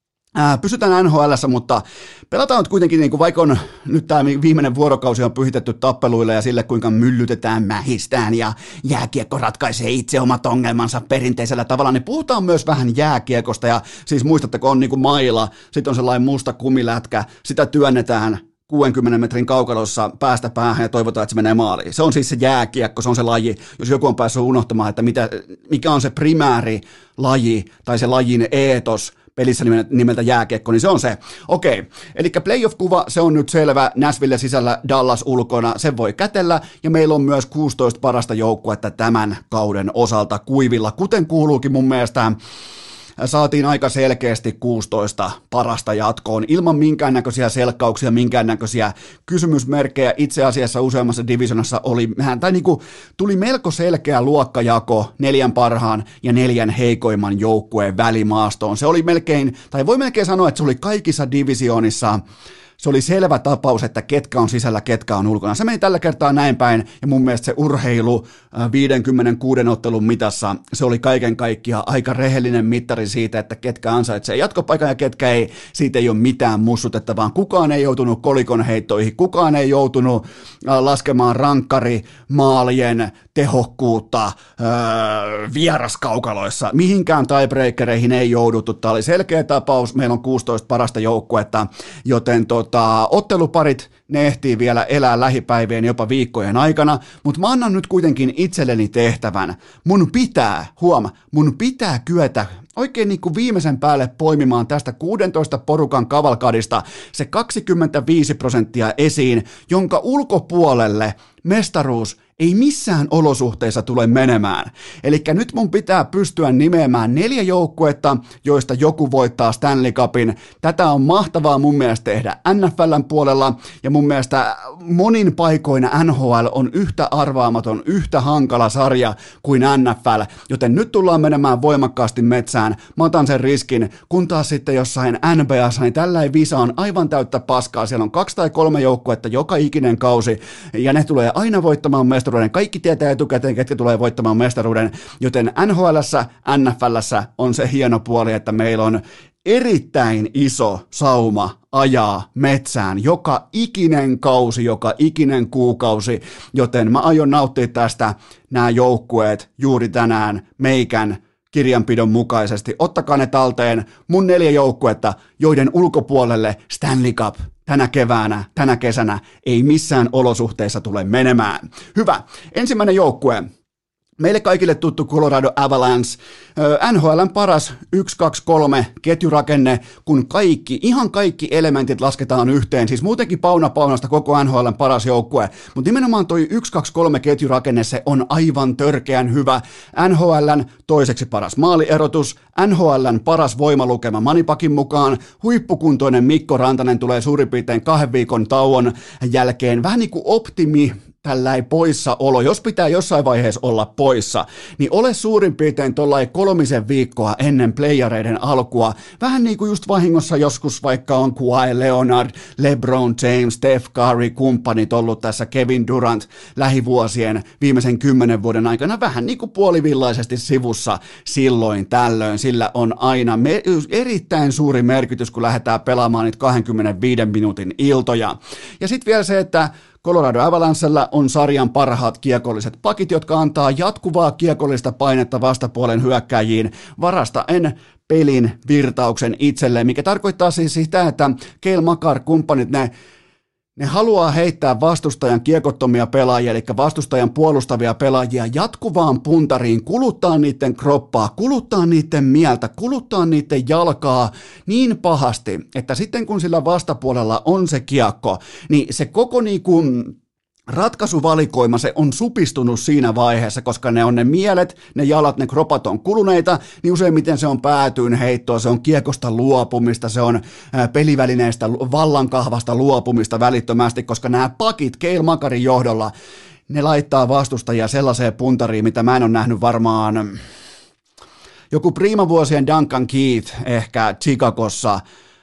Ää, pysytään N H L:ssä, mutta pelataan nyt kuitenkin, niin kuin vaikka on nyt tämä viimeinen vuorokausi on pyhitetty tappeluille ja sille, kuinka myllytetään, mähistään ja jääkiekko ratkaisee itse omat ongelmansa perinteisellä tavalla, niin puhutaan myös vähän jääkiekosta ja siis muistatteko on niin kuin maila, sitten on sellainen musta kumilätkä, sitä työnnetään kuudenkymmenen metrin kaukalossa päästä päähän ja toivotaan, että se menee maaliin. Se on siis se jääkiekko, se on se laji, jos joku on päässyt unohtamaan, että mitä, mikä on se primääri laji tai se lajin eetos pelissä nimeltä jääkiekko, niin se on se. Okei, eli playoff-kuva, se on nyt selvä, Nashville sisällä, Dallas ulkona, sen voi kätellä, ja meillä on myös kuusitoista parasta joukkuetta tämän kauden osalta kuivilla, kuten kuuluukin mun mielestä. Saatiin aika selkeästi kuusitoista parasta jatkoon ilman minkäännäköisiä selkkauksia, minkäännäköisiä kysymysmerkkejä. Itse asiassa useammassa divisionassa oli, tai niin kuin, tuli melko selkeä luokkajako neljän parhaan ja neljän heikoimman joukkueen välimaastoon. Se oli melkein, tai voi melkein sanoa, että se oli kaikissa divisioonissa. Se oli selvä tapaus, että ketkä on sisällä, ketkä on ulkona. Se meni tällä kertaa näin päin, ja mun mielestä se urheilu viisikymmentäkuusi ottelun mitassa, se oli kaiken kaikkiaan aika rehellinen mittari siitä, että ketkä ansaitsee jatkopaikan ja ketkä ei. Siitä ei ole mitään mussutettavaa. Kukaan ei joutunut kolikon heittoihin, kukaan ei joutunut laskemaan rankkari maalien tehokkuutta öö, vieraskaukaloissa. Mihinkään tiebreakereihin ei jouduttu. Tämä oli selkeä tapaus. Meillä on kuusitoista parasta joukkuetta, joten tota, otteluparit ne ehtii vielä elää lähipäivien jopa viikkojen aikana, mutta mä annan nyt kuitenkin itselleni tehtävän. Mun pitää, huoma, mun pitää kyetä oikein niin kuin viimeisen päälle poimimaan tästä kuusitoista porukan kavalkadista se kaksikymmentäviisi prosenttia esiin, jonka ulkopuolelle mestaruus ei missään olosuhteissa tule menemään. Eli nyt mun pitää pystyä nimeämään neljä joukkuetta, joista joku voittaa Stanley Cupin. Tätä on mahtavaa mun mielestä tehdä N F L:n puolella, ja mun mielestä monin paikoina N H L on yhtä arvaamaton, yhtä hankala sarja kuin N F L, joten nyt tullaan menemään voimakkaasti metsään. Mä otan sen riskin, kun taas sitten jossain N B A:ssa, niin tällainen visa on aivan täyttä paskaa. Siellä on kaksi tai kolme joukkuetta joka ikinen kausi, ja ne tulee aina voittamaan mestaruuden. Kaikki tietää etukäteen, ketkä tulee voittamaan mestaruuden, joten N H L:ssä, N F L:ssä on se hieno puoli, että meillä on erittäin iso sauma ajaa metsään joka ikinen kausi, joka ikinen kuukausi, joten mä aion nauttia tästä nämä joukkueet juuri tänään meikän kirjanpidon mukaisesti. Ottakaa ne talteen, mun neljä joukkuetta, joiden ulkopuolelle Stanley Cup tänä keväänä, tänä kesänä ei missään olosuhteissa tule menemään. Hyvä. Ensimmäinen joukkue. Meille kaikille tuttu Colorado Avalanche, N H L:n paras yksi kaksi kolme ketjurakenne, kun kaikki, ihan kaikki elementit lasketaan yhteen, siis muutenkin pauna paunasta koko N H L:n paras joukkue, mutta nimenomaan toi yksi kaksi kolme ketjurakenne, se on aivan törkeän hyvä. N H L:n toiseksi paras maalierotus, N H L:n paras voimalukema Manipakin mukaan, huippukuntoinen Mikko Rantanen tulee suurin piirtein kahden viikon tauon jälkeen, vähän niin kuin optimi, tällainen poissaolo, jos pitää jossain vaiheessa olla poissa, niin ole suurin piirtein tollain kolmisen viikkoa ennen playereiden alkua, vähän niin kuin just vahingossa joskus vaikka on Kawhi Leonard, LeBron James, Steph Curry, kumppanit ollut tässä Kevin Durant lähivuosien viimeisen kymmenen vuoden aikana vähän niin kuin puolivillaisesti sivussa silloin tällöin, sillä on aina me- erittäin suuri merkitys, kun lähdetään pelaamaan niitä kaksikymmentäviiden minuutin iltoja. Ja sitten vielä se, että Colorado Avalancella on sarjan parhaat kiekolliset pakit, jotka antaa jatkuvaa kiekollista painetta vastapuolen hyökkääjiin varastaen pelin virtauksen itselleen, mikä tarkoittaa siis sitä, että Cale Makar kumppanit, ne Ne haluaa heittää vastustajan kiekottomia pelaajia, eli vastustajan puolustavia pelaajia jatkuvaan puntariin, kuluttaa niiden kroppaa, kuluttaa niiden mieltä, kuluttaa niiden jalkaa niin pahasti, että sitten kun sillä vastapuolella on se kiekko, niin se koko niin kuin ratkaisuvalikoima, se on supistunut siinä vaiheessa, koska ne on ne mielet, ne jalat, ne kropat on kuluneita, niin useimmiten se on päätyyn heittoa, se on kiekosta luopumista, se on pelivälineistä vallankahvasta luopumista välittömästi, koska nämä pakit Cale Makarin johdolla, ne laittaa vastustajia sellaiseen puntariin, mitä mä en ole nähnyt varmaan joku priimavuosien Duncan Keith ehkä Chicagossa,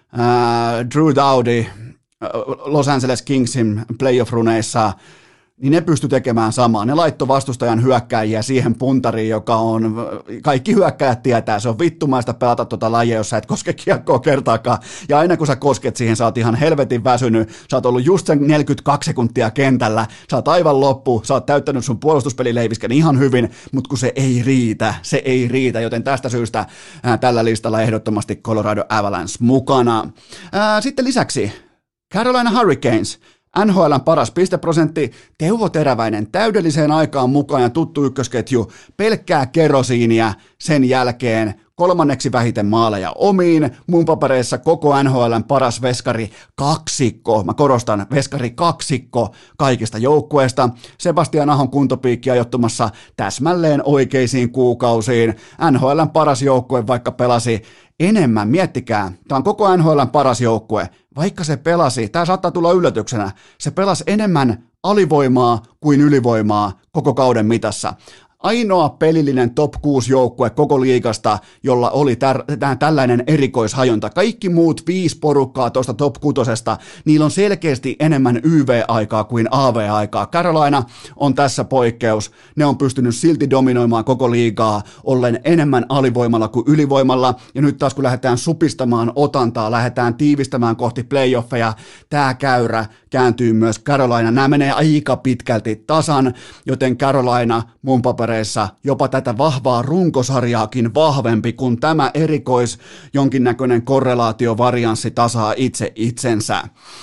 ää, Drew Doughty Los Angeles Kingsin playoff-runeissa, niin ne pysty tekemään samaa. Ne laittoi vastustajan hyökkääjiä siihen puntariin, joka on, kaikki hyökkäjät tietää, se on vittumaista pelata tuota lajia, jos sä et koske kiekkoa kertaakaan. Ja aina kun sä kosket siihen, sä oot ihan helvetin väsynyt, sä oot ollut just sen neljäkymmentäkaksi sekuntia kentällä, sä oot aivan loppu, sä oot täyttänyt sun puolustuspelileiviskän ihan hyvin, mutta kun se ei riitä, se ei riitä, joten tästä syystä ää, tällä listalla ehdottomasti Colorado Avalanche mukana. Ää, sitten lisäksi Carolina Hurricanes, N H L:n paras pisteprosentti, Teuvo Teräväinen täydelliseen aikaan mukaan ja tuttu ykkösketju, pelkkää kerosiinia sen jälkeen, kolmanneksi vähiten maaleja omiin, mun papereissa koko N H L:n paras veskari kaksikko, mä korostan veskari kaksikko kaikista joukkueista, Sebastian Ahon kuntopiikki ajoittumassa täsmälleen oikeisiin kuukausiin, N H L:n paras joukkue vaikka pelasi enemmän, miettikää, tämä on koko N H L:n paras joukkue, vaikka se pelasi, tämä saattaa tulla yllätyksenä, se pelasi enemmän alivoimaa kuin ylivoimaa koko kauden mitassa. Ainoa pelillinen top kuusi joukkue koko liigasta, jolla oli tär- tällainen erikoishajonta. Kaikki muut viisi porukkaa tuosta top kutosesta, niillä on selkeästi enemmän Y V-aikaa kuin A V-aikaa. Carolina on tässä poikkeus. Ne on pystynyt silti dominoimaan koko liigaa, ollen enemmän alivoimalla kuin ylivoimalla. Ja nyt taas kun lähdetään supistamaan otantaa, lähdetään tiivistämään kohti playoffeja, tämä käyrä kääntyy myös Carolina. Nämä menee aika pitkälti tasan, joten Carolina mun papereissa jopa tätä vahvaa runkosarjaakin vahvempi, kun tämä erikois jonkinnäköinen korrelaatiovarianssi tasaa itse itsensä.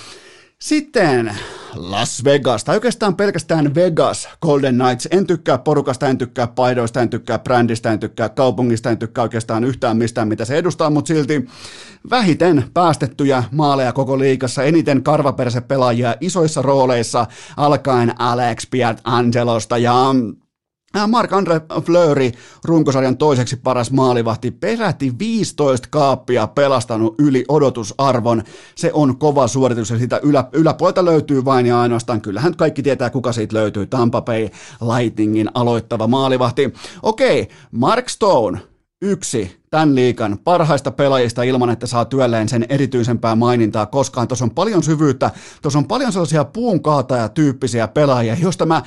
Sitten Las Vegas, tai oikeastaan pelkästään Vegas Golden Knights. En tykkää porukasta, en tykkää paidoista, en tykkää brändistä, en tykkää kaupungista, en tykkää oikeastaan yhtään mistään, mitä se edustaa, mutta silti vähiten päästettyjä maaleja koko liigassa, eniten karvaperäisepelaajia isoissa rooleissa, alkaen Alex Pietangelosta ja Marc-Andre Fleury, runkosarjan toiseksi paras maalivahti, peräti viisitoista kaappia pelastanut yli odotusarvon. Se on kova suoritus ja sitä ylä, yläpuolta löytyy vain ja ainoastaan. Kyllähän kaikki tietää, kuka siitä löytyy. Tampa Bay Lightningin aloittava maalivahti. Okei, Mark Stone, yksi tämän liigan parhaista pelaajista ilman, että saa työlleen sen erityisempää mainintaa koskaan. Tuossa on paljon syvyyttä, tuossa on paljon sellaisia puunkaatajatyyppisiä pelaajia, josta mä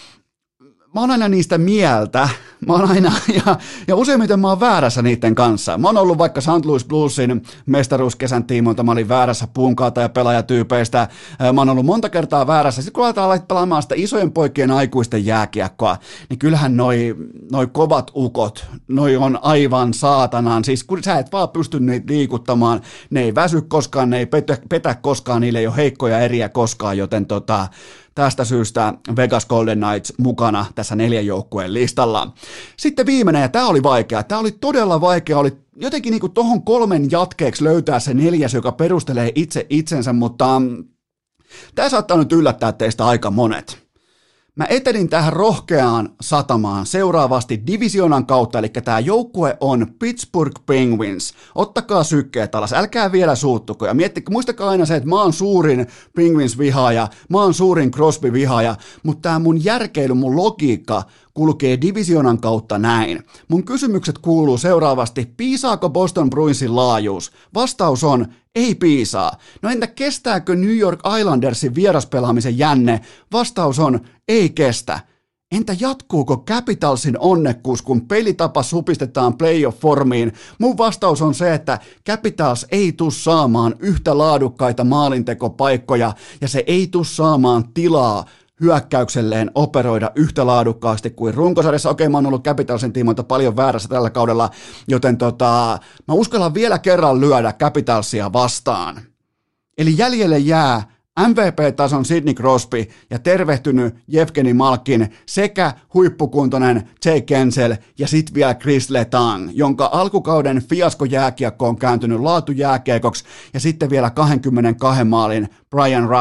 Mä oon aina niistä mieltä, mä oon aina, ja, ja useimmiten mä oon väärässä niiden kanssa. Mä oon ollut vaikka Saint Louis Bluesin mestaruuskesän tiimoilta, mä olin väärässä puunkaata ja pelaajatyypeistä, mä oon ollut monta kertaa väärässä. Sitten kun aletaan pelaamaan sitä isojen poikien aikuisten jääkiekkoa, niin kyllähän noi, noi kovat ukot, noi on aivan saatanaan. Siis kun sä et vaan pysty niitä liikuttamaan, ne ei väsy koskaan, ne ei petä, petä koskaan, niille ei ole heikkoja eriä koskaan, joten tota... Tästä syystä Vegas Golden Knights mukana tässä neljän joukkueen listalla. Sitten viimeinen, ja tämä oli vaikea, tämä oli todella vaikea, oli jotenkin niin kuin tohon kolmen jatkeeksi löytää se neljäs, joka perustelee itse itsensä, mutta tämä saattaa nyt yllättää teistä aika monet. Mä etenin tähän rohkeaan satamaan seuraavasti divisionan kautta, eli tämä joukkue on Pittsburgh Penguins. Ottakaa sykkeet alas, älkää vielä suuttuko ja miettikää, muistakaa aina se, että mä oon suurin Penguins-vihaaja, mä oon suurin Crosby-vihaaja, mutta tämä mun järkeily, mun logiikka kulkee divisionan kautta näin. Mun kysymykset kuuluu seuraavasti, piisaako Boston Bruinsin laajuus? Vastaus on, ei piisaa. No entä kestääkö New York Islandersin vieraspelaamisen jänne? Vastaus on, ei kestä. Entä jatkuuko Capitalsin onnekkuus, kun pelitapa supistetaan playoff-formiin? Mun vastaus on se, että Capitals ei tule saamaan yhtä laadukkaita maalintekopaikkoja ja se ei tule saamaan tilaa hyökkäykselleen operoida yhtä laadukkaasti kuin runkosarjassa. Okei, mä oon ollut Capitalsin tiimoilta paljon väärässä tällä kaudella, joten tota, mä uskallan vielä kerran lyödä Capitalsia vastaan. Eli jäljelle jää M V P-tason Sidney Crosby ja tervehtynyt Jevgeni Malkin sekä huippukuntoinen Jake Gensel ja sitten vielä Chris Letang, jonka alkukauden fiaskojääkiekko on kääntynyt laatujääkiekoksi ja sitten vielä kaksikymmentäkaksi maalin Brian Rust,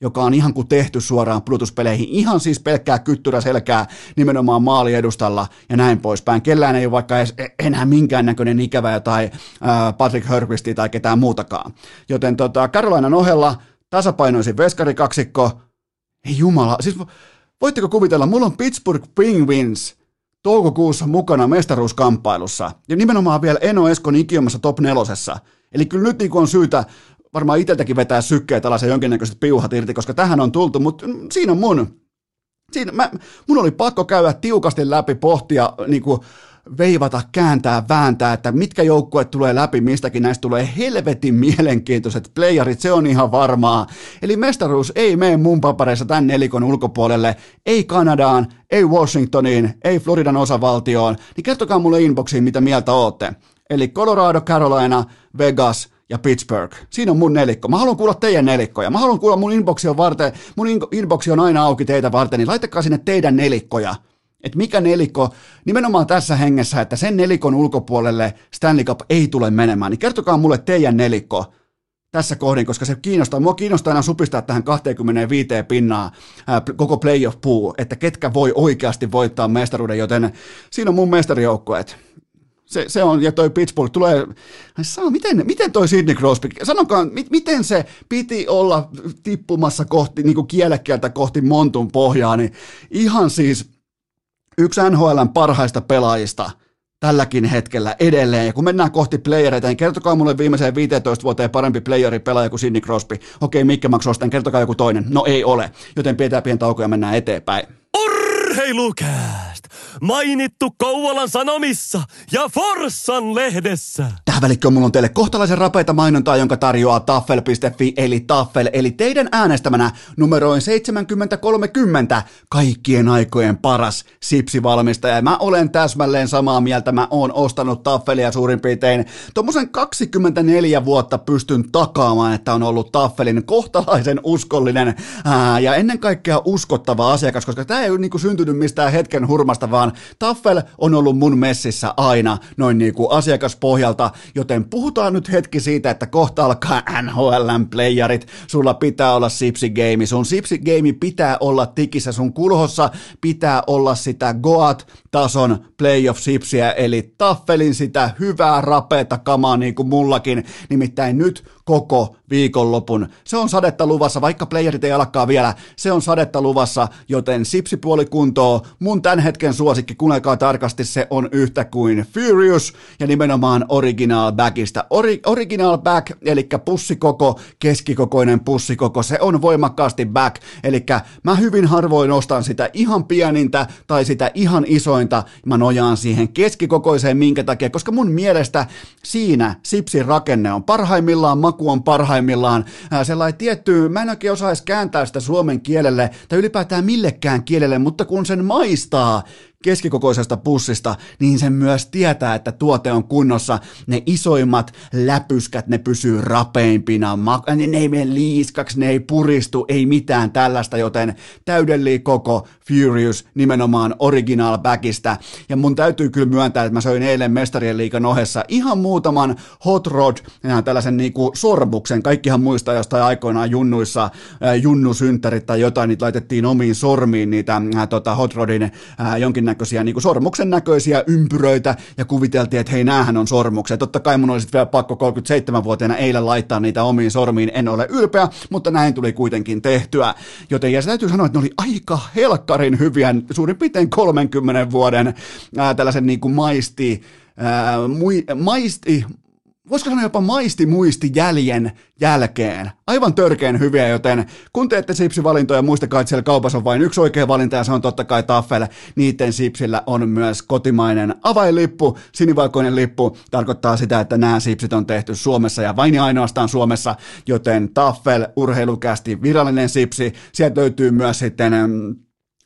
joka on ihan kuin tehty suoraan pudotuspeleihin, ihan siis pelkkää kyttyrä selkää nimenomaan maaliedustalla ja näin poispäin. Kellään ei ole vaikka edes enää minkäännäköinen ikävä tai äh, Patrick Hörqvistia tai ketään muutakaan. Joten tota, Carolinan ohella tasapainoisin veskarikaksikko, ei jumala, siis voitteko kuvitella, mulla on Pittsburgh Penguins toukokuussa mukana mestaruuskamppailussa ja nimenomaan vielä Eno Eskon ikiomassa top nelosessa. Eli kyllä nyt niin on syytä varmaan itseltäkin vetää sykkeet alas ja jonkinnäköiset piuhat irti, koska tähän on tultu, mutta siinä on mun. Siinä, mä, mun oli pakko käydä tiukasti läpi, pohtia, niin kuin veivata, kääntää, vääntää, että mitkä joukkueet tulee läpi, mistäkin näistä tulee helvetin mielenkiintoiset playerit, se on ihan varmaa. Eli mestaruus ei mene mun papereissa tämän nelikon ulkopuolelle, ei Kanadaan, ei Washingtoniin, ei Floridan osavaltioon, niin kertokaa mulle inboxiin, mitä mieltä ootte. Eli Colorado, Carolina, Vegas ja Pittsburgh. Siinä on mun nelikko. Mä haluan kuulla teidän nelikkoja. Mä haluan kuulla mun inboxi on varten, mun inboxi on aina auki teitä varten, niin laittakaa sinne teidän nelikkoja. Että mikä nelikko, nimenomaan tässä hengessä, että sen nelikon ulkopuolelle Stanley Cup ei tule menemään, niin kertokaa mulle teidän nelikko tässä kohdin, koska se kiinnostaa. Mua kiinnostaa aina supistaa tähän kaksikymmentäviisi pinnaa ää, koko playoff pool, että ketkä voi oikeasti voittaa mestaruuden, joten siinä on mun mestarijoukkueet. Se, se on, ja toi Pittsburgh tulee, saa, miten, miten toi Sidney Crosby, sanokaa, mit, miten se piti olla tippumassa kohti, niin kuin kielekkieltä kohti montun pohjaa, niin ihan siis yksi N H L:n parhaista pelaajista tälläkin hetkellä edelleen, ja kun mennään kohti playereita, niin kertokaa mulle viimeiseen viisitoista vuoteen parempi playeri-pelaaja kuin Sidney Crosby. Okei, Mikke Max Osten, kertokaa joku toinen. No ei ole, joten pidetään pieni tauko ja mennään eteenpäin. Urheilukääst! Mainittu Kouvolan Sanomissa ja Forssan lehdessä. Tähän välikköön mulla on teille kohtalaisen rapeita mainontaa, jonka tarjoaa Taffel piste fi, eli Taffel, eli teidän äänestämänä numeroin seitsemänkymmentä kolmekymmentä kaikkien aikojen paras sipsivalmistaja. Mä olen täsmälleen samaa mieltä, mä oon ostanut Taffelia suurin piirtein tommosen kaksikymmentäneljä vuotta pystyn takaamaan, että on ollut Taffelin kohtalaisen uskollinen ää, ja ennen kaikkea uskottava asiakas, koska tää ei ole niinku syntynyt mistään hetken hurmasta, vaan Taffel on ollut mun messissä aina noin niinku asiakaspohjalta, joten puhutaan nyt hetki siitä, että kohta alkaa N H L:n playerit, sulla pitää olla sipsigeimi, sun sipsigeimi pitää olla tikissä, sun kulhossa pitää olla sitä Goat-tason playoff-sipsiä, eli Taffelin sitä hyvää rapeata kamaa niin kuin mullakin, nimittäin nyt koko viikonlopun. Se on sadetta luvassa, vaikka playerit ei alkaa vielä, se on sadetta luvassa, joten sipsipuoli kuntoo, mun tämän hetken suosikki, kuunnelkaa tarkasti, se on yhtä kuin Furious ja nimenomaan Original Backista. Ori, original Back, eli pussikoko, keskikokoinen pussikoko, se on voimakkaasti back, eli mä hyvin harvoin ostan sitä ihan pienintä tai sitä ihan isointa, mä nojaan siihen keskikokoiseen, minkä takia, koska mun mielestä siinä sipsin rakenne on parhaimmillaan, maku on parhaimmillaan, ää, sellainen tietty, mä en oikein osaa edes kääntää sitä suomen kielelle tai ylipäätään millekään kielelle, mutta kun sen maistaa keskikokoisesta pussista, niin sen myös tietää, että tuote on kunnossa. Ne isoimmat läpyskät, ne pysyy rapeimpina, ne ei mene liiskaksi, ne ei puristu, ei mitään tällaista, joten täydellinen koko Furious nimenomaan Original Backista. Ja mun täytyy kyllä myöntää, että mä söin eilen Mestarien liigan ohessa ihan muutaman Hot Rod, tällaisen niinku sormuksen. Kaikkihan muistaa jostain aikoinaan junnuissa, äh, junnusynttärit tai jotain, niitä laitettiin omiin sormiin, niitä äh, tota Hot Rodin äh, jonkin näköisiä, niin kuin sormuksen näköisiä ympyröitä, ja kuviteltiin, että hei, näähän on sormuksia. Totta kai mun olisi vielä pakko kolmekymmentäseitsemänvuotiaana eilen laittaa niitä omiin sormiin, en ole ylpeä, mutta näin tuli kuitenkin tehtyä. Joten ja se täytyy sanoa, että ne oli aika helkkarin hyviä, suurin piirtein kolmenkymmenen vuoden ää, tällaisen niin kuin maisti, ää, mui, maisti, voisiko sanoa jopa maisti-muisti-jäljen jälkeen. Aivan törkeän hyviä, joten kun teette sipsivalintoja, muistakaa, että siellä kaupassa on vain yksi oikea valinta, ja se on totta kai Taffel. Niiden sipsillä on myös kotimainen avainlippu, sinivalkoinen lippu, tarkoittaa sitä, että nämä sipsit on tehty Suomessa ja vain ja ainoastaan Suomessa, joten Taffel, urheilukästi, virallinen sipsi, sieltä löytyy myös sitten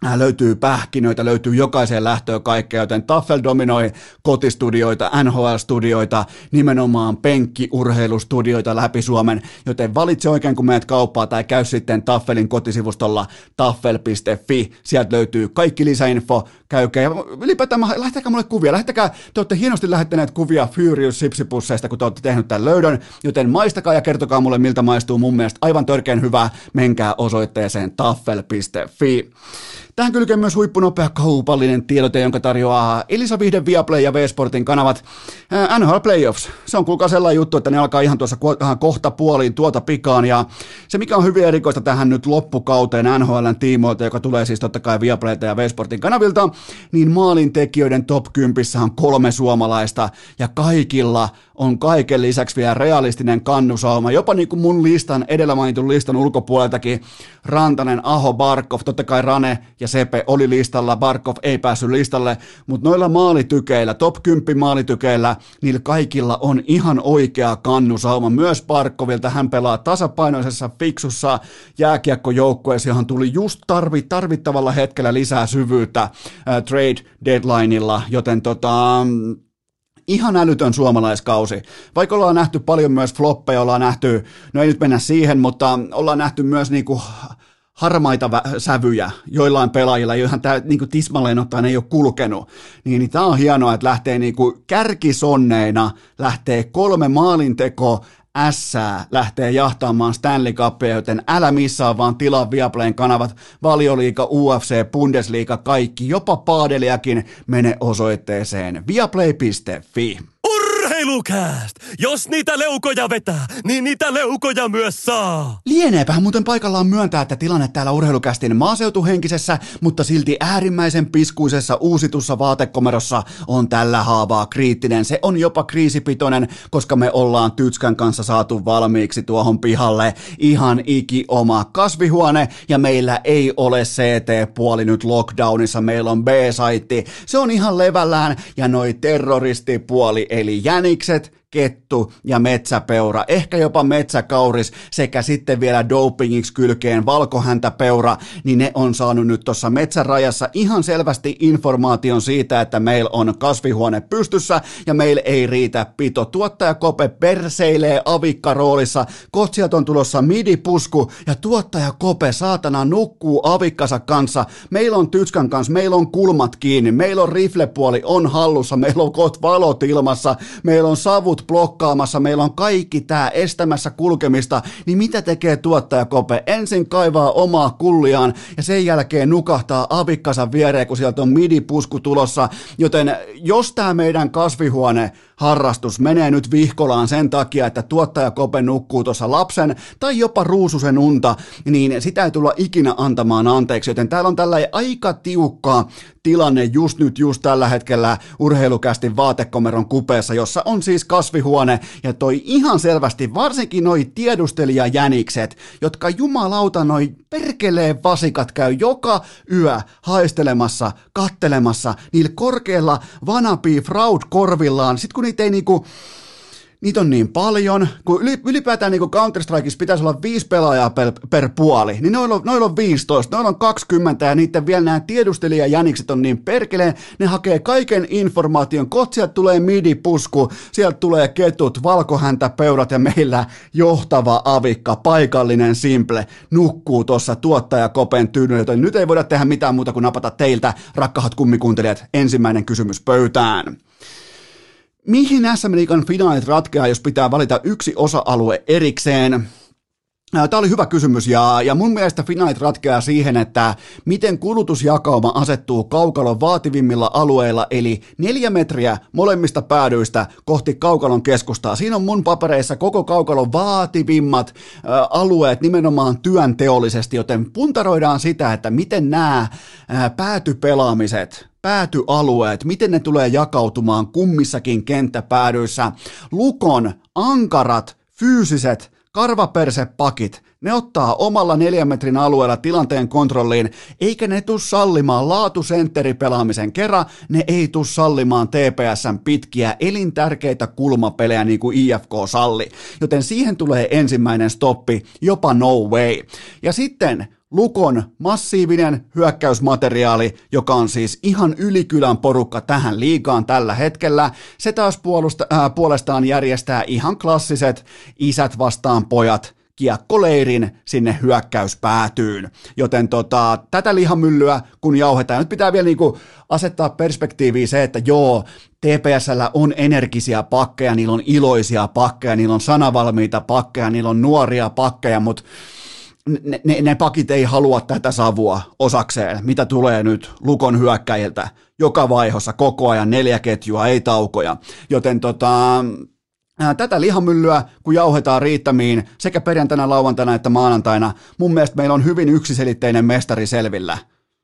löytyy pähkinöitä, löytyy jokaiseen lähtöön kaikkea, joten Tafel dominoi kotistudioita, N H L-studioita, nimenomaan penkkiurheilustudioita läpi Suomen, joten valitse oikein, kun menet kauppaa tai käy sitten Taffelin kotisivustolla taffel piste fi, sieltä löytyy kaikki lisäinfo, käykää ja ylipäätään lähtekää mulle kuvia, lähtekää, te olette hienosti lähettäneet kuvia Furious sipsipusseista, kun te olette tehnyt tämän löydön, joten maistakaa ja kertokaa mulle, miltä maistuu, mun mielestä aivan törkeän hyvää, menkää osoitteeseen taffel piste fi. Tähän kylkee myös huippunopea kaupallinen tiedote, jonka tarjoaa Elisa Vihde, Viaplay ja V-Sportin kanavat. N H L Playoffs, se on kuulkaa sellainen juttu, että ne alkaa ihan tuossa kohta puoliin tuota pikaan, ja se mikä on hyvin erikoista tähän nyt loppukauteen N H L:n tiimoilta, joka tulee siis totta kai Viaplaylta ja V-Sportin kanavilta, niin maalintekijöiden top kymmenen on kolme suomalaista, ja kaikilla on kaiken lisäksi vielä realistinen kannusauma, jopa niin kuin mun listan, edellä mainitun listan ulkopuoleltakin, Rantanen, Aho, Barkov, totta kai Rane ja Sepe oli listalla, Barkov ei päässyt listalle, mutta noilla maalitykeillä, top kymmenen maalitykeillä, niillä kaikilla on ihan oikea kannusauma, myös Barkovilta, hän pelaa tasapainoisessa, fiksussa jääkiekkojoukkueessa, johon tuli just tarvi, tarvittavalla hetkellä lisää syvyyttä äh, trade deadlineilla, joten tota... ihan älytön suomalaiskausi. Vaikka ollaan nähty paljon myös floppeja, ollaan nähty, no ei nyt mennä siihen, mutta ollaan nähty myös niinku harmaita vä- sävyjä joillain pelaajilla, joihin tämä niinku tismalleen ottaen ei ole kulkenut. Niin, niin tämä on hienoa, että lähtee niinku kärkisonneina, lähtee kolme maalinteko, ässää lähtee jahtaamaan Stanley Cupia, joten älä missaa, vaan tilaa Viaplayn kanavat, Valioliiga, U F C, Bundesliga, kaikki, jopa paadeliakin, mene osoitteeseen viaplay piste fi. Urheilukääst! Jos niitä leukoja vetää, niin niitä leukoja myös saa! Lieneepähän muuten paikallaan myöntää, että tilanne täällä Urheilukästin maaseutuhenkisessä, mutta silti äärimmäisen piskuisessa uusitussa vaatekomerossa on tällä haavaa kriittinen. Se on jopa kriisipitoinen, koska me ollaan Tytskän kanssa saatu valmiiksi tuohon pihalle ihan iki oma kasvihuone, ja meillä ei ole C T-puoli nyt lockdownissa, meillä on B-saitti. Se on ihan levällään, ja noi terroristipuoli, eli jänikset, kettu ja metsäpeura, ehkä jopa metsäkauris sekä sitten vielä dopingiksi kylkeen valkohäntäpeura, niin ne on saanut nyt tuossa metsärajassa ihan selvästi informaation siitä, että meillä on kasvihuone pystyssä ja meillä ei riitä pito. Tuottaja Kope perseilee avikkaroolissa, kotsiat on tulossa midipusku ja tuottaja Kope saatana nukkuu avikkansa kanssa. Meillä on Tytskän kanssa, meillä on kulmat kiinni, meillä on riflepuoli on hallussa, meillä on kohta valot ilmassa, meillä on savut blokkaamassa, meillä on kaikki tää estämässä kulkemista, niin mitä tekee tuottaja Kope? Ensin kaivaa omaa kulliaan ja sen jälkeen nukahtaa avikkansa viereen, kun sieltä on midipusku tulossa, joten jos tää meidän kasvihuone harrastus menee nyt vihkolaan sen takia, että tuottaja Kope nukkuu tuossa lapsen tai jopa ruususen unta, niin sitä ei tulla ikinä antamaan anteeksi, joten täällä on tällainen aika tiukka tilanne just nyt, just tällä hetkellä Urheilukästin vaatekomeron kupeessa, jossa on siis kasvihuone ja toi ihan selvästi, varsinkin noi tiedustelijajänikset, jotka jumalauta noi perkeleen vasikat käy joka yö haistelemassa, kattelemassa niillä korkeilla wannabe fraud-korvillaan, sit kun niitä ei niinku, niitä on niin paljon, kun ylipäätään niin Counter-Strikeissa pitäisi olla viisi pelaajaa per, per puoli, niin noilla on, noilla on viisitoista, noilla on kaksikymmentä ja niiden vielä nämä tiedustelijajänikset on niin perkeleen, ne hakee kaiken informaation, kotsiat tulee midipusku, sieltä tulee ketut, valkohäntäpeurat ja meillä johtava avikka, paikallinen simple, nukkuu tuossa tuottaja Kopen tyydyllä, joten nyt ei voida tehdä mitään muuta kuin napata teiltä, rakkahat kummikuuntelijat, ensimmäinen kysymys pöytään. Mihin S M-liigan finaalit ratkeaa, jos pitää valita yksi osa-alue erikseen? Tämä oli hyvä kysymys ja, ja mun mielestä finaalit ratkeaa siihen, että miten kulutusjakauma asettuu kaukalon vaativimmilla alueilla, eli neljä metriä molemmista päädyistä kohti kaukalon keskustaa. Siinä on mun papereissa koko kaukalon vaativimmat ä, alueet nimenomaan työnteollisesti, joten puntaroidaan sitä, että miten nämä ä, päätypelaamiset, päätyalueet, miten ne tulee jakautumaan kummissakin kenttäpäädyissä. Lukon ankarat, fyysiset, karvapersepakit, ne ottaa omalla neljän metrin alueella tilanteen kontrolliin, eikä ne tuu sallimaan laatusenteripelaamisen kerran, ne ei tuu sallimaan T P S:n pitkiä elintärkeitä kulmapelejä niin kuin I F K salli, joten siihen tulee ensimmäinen stoppi, jopa no way. Ja sitten Lukon massiivinen hyökkäysmateriaali, joka on siis ihan ylikylän porukka tähän liigaan tällä hetkellä. Se taas puolusta, äh, puolestaan järjestää ihan klassiset isät vastaan pojat kiekkoleirin sinne hyökkäyspäätyyn. Joten tota, tätä lihamyllyä kun jauhetaan, nyt pitää vielä niinku asettaa perspektiiviin se, että joo, T P S:llä on energisiä pakkeja, niillä on iloisia pakkeja, niillä on sanavalmiita pakkeja, niillä on nuoria pakkeja, mutta ne, ne, ne pakit ei halua tätä savua osakseen, mitä tulee nyt Lukon hyökkäjiltä. Joka vaihossa koko ajan neljä ketjua, ei taukoja. Joten tota, ää, tätä lihamyllyä, kun jauhetaan riittämiin sekä perjantaina, lauantaina että maanantaina, mun mielestä meillä on hyvin yksiselitteinen mestari selvillä.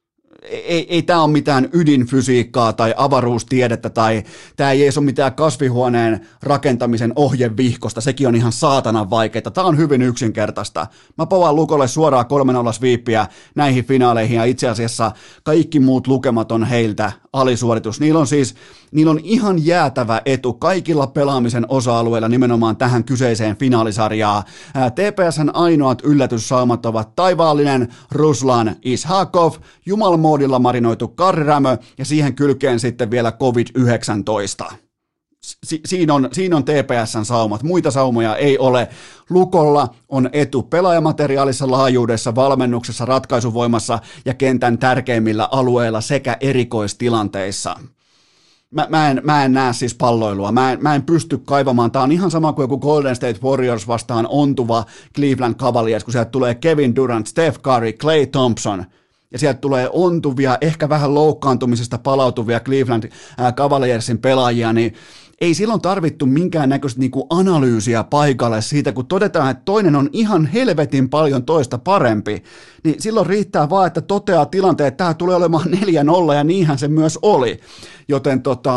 Ei, ei tämä ole mitään ydinfysiikkaa tai avaruustiedettä tai tämä ei edes ole mitään kasvihuoneen rakentamisen ohjevihkosta, sekin on ihan saatanan vaikeaa. Tämä on hyvin yksinkertaista. Mä povaan Lukolle suoraan kolme nolla sviippiä näihin finaaleihin ja itse asiassa kaikki muut lukemat on heiltä alisuoritus. Niillä on siis niillä on ihan jäätävä etu kaikilla pelaamisen osa-alueilla nimenomaan tähän kyseiseen finaalisarjaan. T P S:n ainoat yllätyssaumat ovat taivaallinen Ruslan Ishakov, jumalmoodilla marinoitu Karri Rämö ja siihen kylkeen sitten vielä covid yhdeksäntoista. Si- siinä, on, siinä on T P S:n saumat, muita saumoja ei ole. Lukolla on etu pelaajamateriaalissa, laajuudessa, valmennuksessa, ratkaisuvoimassa ja kentän tärkeimmillä alueilla sekä erikoistilanteissa. Mä, mä, en, mä en näe siis palloilua, mä en, mä en pysty kaivamaan, tää on ihan sama kuin joku Golden State Warriors vastaan ontuva Cleveland Cavaliers, kun sieltä tulee Kevin Durant, Steph Curry, Klay Thompson, ja sieltä tulee ontuvia, ehkä vähän loukkaantumisesta palautuvia Cleveland äh, Cavaliersin pelaajia, niin ei silloin tarvittu minkäännäköistä niinku analyysiä paikalle siitä, kun todetaan, että toinen on ihan helvetin paljon toista parempi, niin silloin riittää vaan, että toteaa tilanteen, että tämä tulee olemaan neljä nolla, ja niinhän se myös oli. Joten tota,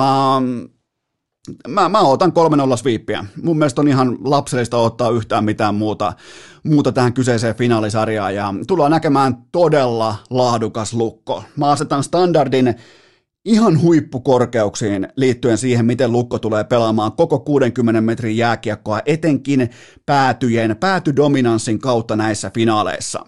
mä, mä otan kolme nolla sviippiä. Mun mielestä on ihan lapsellista ottaa yhtään mitään muuta, muuta tähän kyseiseen finaalisarjaan, ja tullaan näkemään todella laadukas Lukko. Mä asetan standardin ihan huippukorkeuksiin liittyen siihen, miten Lukko tulee pelaamaan koko kuudenkymmenen metrin jääkiekkoa, etenkin päätyjen, päätydominanssin kautta näissä finaaleissa.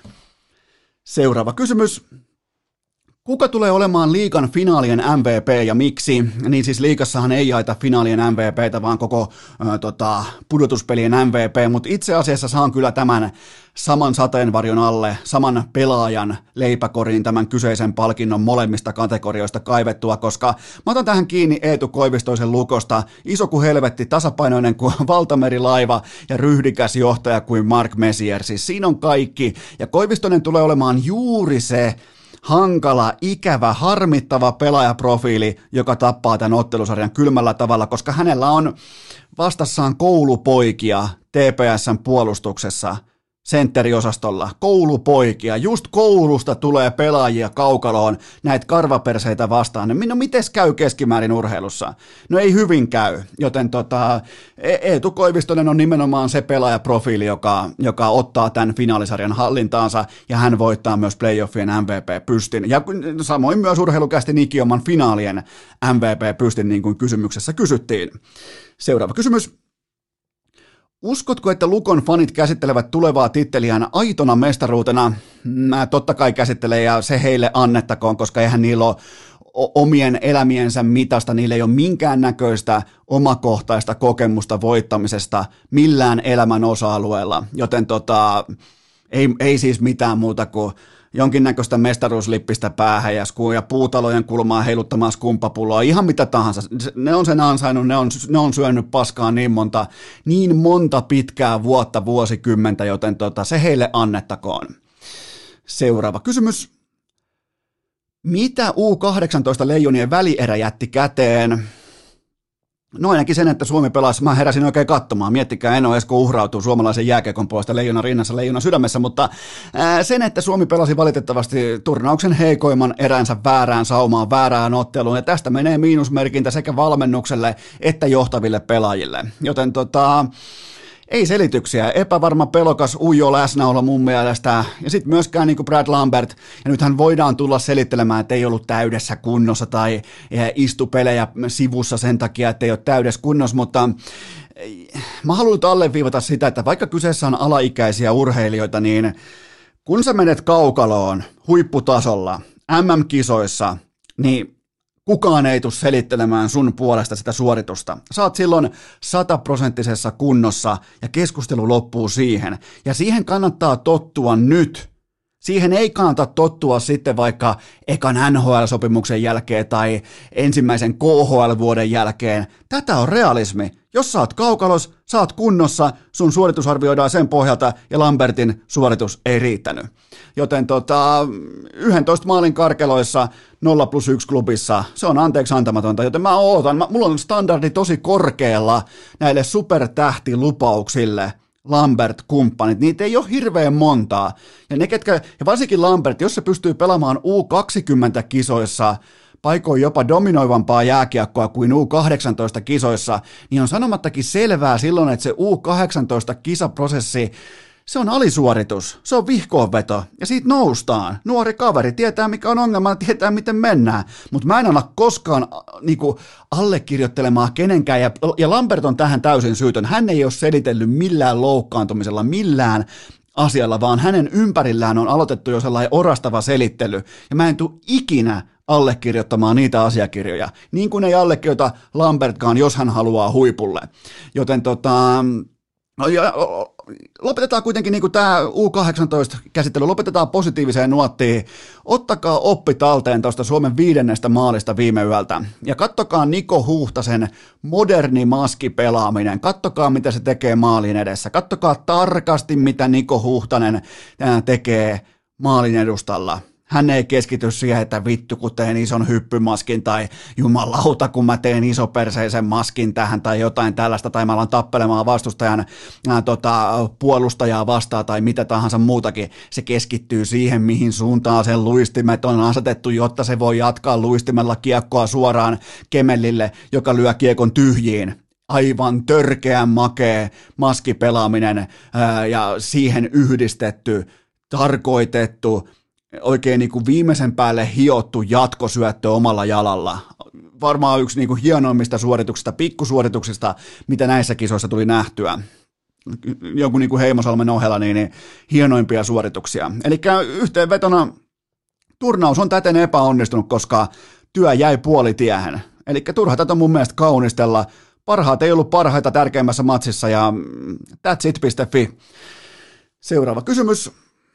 Seuraava kysymys. Kuka tulee olemaan liigan finaalien M V P ja miksi? Niin siis liigassahan ei jaeta finaalien M V P:tä, vaan koko ö, tota, pudotuspelien M V P, mutta itse asiassa saan kyllä tämän saman sateenvarjon alle, saman pelaajan leipäkoriin tämän kyseisen palkinnon molemmista kategorioista kaivettua, koska mä otan tähän kiinni Eetu Koivistoisen Lukosta, iso kuin helvetti, tasapainoinen kuin valtamerilaiva ja ryhdikäs johtaja kuin Mark Messier, siis siinä on kaikki, ja Koivistoinen tulee olemaan juuri se hankala, ikävä, harmittava pelaajaprofiili, joka tappaa tämän ottelusarjan kylmällä tavalla, koska hänellä on vastassaan koulupoikia T P S:n puolustuksessa, sentteriosastolla, koulupoikia, just koulusta tulee pelaajia kaukaloon näitä karvaperseitä vastaan. No mites käy keskimäärin urheilussa? No ei hyvin käy, joten tota, Eetu Koivistonen on nimenomaan se pelaajaprofiili, joka, joka ottaa tämän finaalisarjan hallintaansa ja hän voittaa myös playoffien M V P-pystin ja samoin myös urheilukästi Nikioman finaalien M V P-pystin, niin kuin kysymyksessä kysyttiin. Seuraava kysymys. Uskotko, että Lukon fanit käsittelevät tulevaa titteliään aitona mestaruutena? Mä totta kai käsittelen ja se heille annettakoon, koska eihän niillä ole omien elämiensä mitasta, niillä ei ole minkäännäköistä omakohtaista kokemusta voittamisesta millään elämän osa-alueella, joten tota, ei, ei siis mitään muuta kuin jonkinnäköistä mestaruuslippistä päähän ja, sku- ja puutalojen kulmaa heiluttamaan skumpapulloa, ihan mitä tahansa. Ne on sen ansainnut, ne on, ne on syönyt paskaa niin monta, niin monta pitkää vuotta, vuosikymmentä, joten tota, se heille annettakoon. Seuraava kysymys. Mitä U kahdeksantoista Leijonien välierä jätti käteen? No ainakin sen, että Suomi pelasi, mä heräsin oikein katsomaan, miettikää, en ole edes kun uhrautuu suomalaisen jääkiekon puolesta Leijona rinnassa, Leijona sydämessä, mutta ää, sen, että Suomi pelasi valitettavasti turnauksen heikoimman eränsä väärään saumaan, väärään otteluun, ja tästä menee miinusmerkintä sekä valmennukselle että johtaville pelaajille, joten tota... Ei selityksiä, epävarma, pelokas, ujo läsnäolo mun mielestä, ja sitten myöskään niin kuin Brad Lambert, ja nythän voidaan tulla selittelemään, että ei ollut täydessä kunnossa tai istu pelejä sivussa sen takia, että ei ole täydessä kunnossa, mutta mä haluan alleviivata sitä, että vaikka kyseessä on alaikäisiä urheilijoita, niin Kun sä menet kaukaloon huipputasolla M M-kisoissa, niin kukaan ei tule selittelemään sun puolesta sitä suoritusta. Sä oot silloin sataprosenttisessa kunnossa ja keskustelu loppuu siihen. Ja siihen kannattaa tottua nyt. Siihen ei kannata tottua sitten vaikka ekan N H L-sopimuksen jälkeen tai ensimmäisen K H L-vuoden jälkeen. Tätä on realismi. Jos sä oot kaukalos, sä oot kunnossa, sun suoritus arvioidaan sen pohjalta ja Lambertin suoritus ei riittänyt. Joten tota, yksitoista maalin karkeloissa nolla plus yksi klubissa, se on anteeksi antamatonta, joten mä ootan, mä, mulla on standardi tosi korkealla näille supertähtilupauksille. Lambert-kumppanit, niitä ei ole hirveän montaa. Ja, ne, ketkä, ja varsinkin Lambert, jos se pystyy pelaamaan U kaksikymmentä-kisoissa, paikoin jopa dominoivampaa jääkiekkoa kuin U kahdeksantoista-kisoissa, niin on sanomattakin selvää silloin, että se U kahdeksantoista-kisaprosessi, se on alisuoritus, se on vihkoonveto, ja siitä noustaan. Nuori kaveri tietää, mikä on ongelma, tietää, miten mennään, mutta mä en anna koskaan niinku, allekirjoittelemaan kenenkään, ja, ja Lambert on tähän täysin syytön. Hän ei ole selitellyt millään loukkaantumisella, millään asialla, vaan hänen ympärillään on aloitettu jo sellainen orastava selittely, ja mä en tule ikinä allekirjoittamaan niitä asiakirjoja, niin kuin ei allekirjoita Lambertkaan, jos hän haluaa huipulle. Joten tota... No, ja, lopetetaan kuitenkin niin kuin tämä U kahdeksantoista-käsittely, lopetetaan positiiviseen nuottiin. Ottakaa oppi talteen tuosta Suomen viidennestä maalista viime yöltä. Ja kattokaa Niko Huhtasen moderni maskipelaaminen. Kattokaa, mitä se tekee maalin edessä. Kattokaa tarkasti, mitä Niko Huhtanen tekee maalin edustalla. Hän ei keskity siihen, että vittu kun teen ison hyppymaskin tai jumalauta kun mä teen isoperseisen maskin tähän tai jotain tällaista tai mä alan tappelemaan vastustajan ää, tota, puolustajaa vastaan tai mitä tahansa muutakin. Se keskittyy siihen, mihin suuntaan sen luistimet on asetettu, jotta se voi jatkaa luistimella kiekkoa suoraan Kemellille, joka lyö kiekon tyhjiin. Aivan törkeän makea maskipelaaminen ää, ja siihen yhdistetty, tarkoitettu, oikein niin kuin viimeisen päälle hiottu jatkosyöttö omalla jalalla. Varmaan yksi niin kuin hienoimmista suorituksista, pikkusuorituksista, mitä näissä kisoissa tuli nähtyä. Jonkun niin kuin Heimosalmen ohella, niin, niin hienoimpia suorituksia. Eli yhteenvetona turnaus on täten epäonnistunut, koska työ jäi puolitiehen. Eli turha tätä on mun mielestä kaunistella. Parhaat ei ollut parhaita tärkeimmässä matsissa ja that's it piste fi. Seuraava kysymys.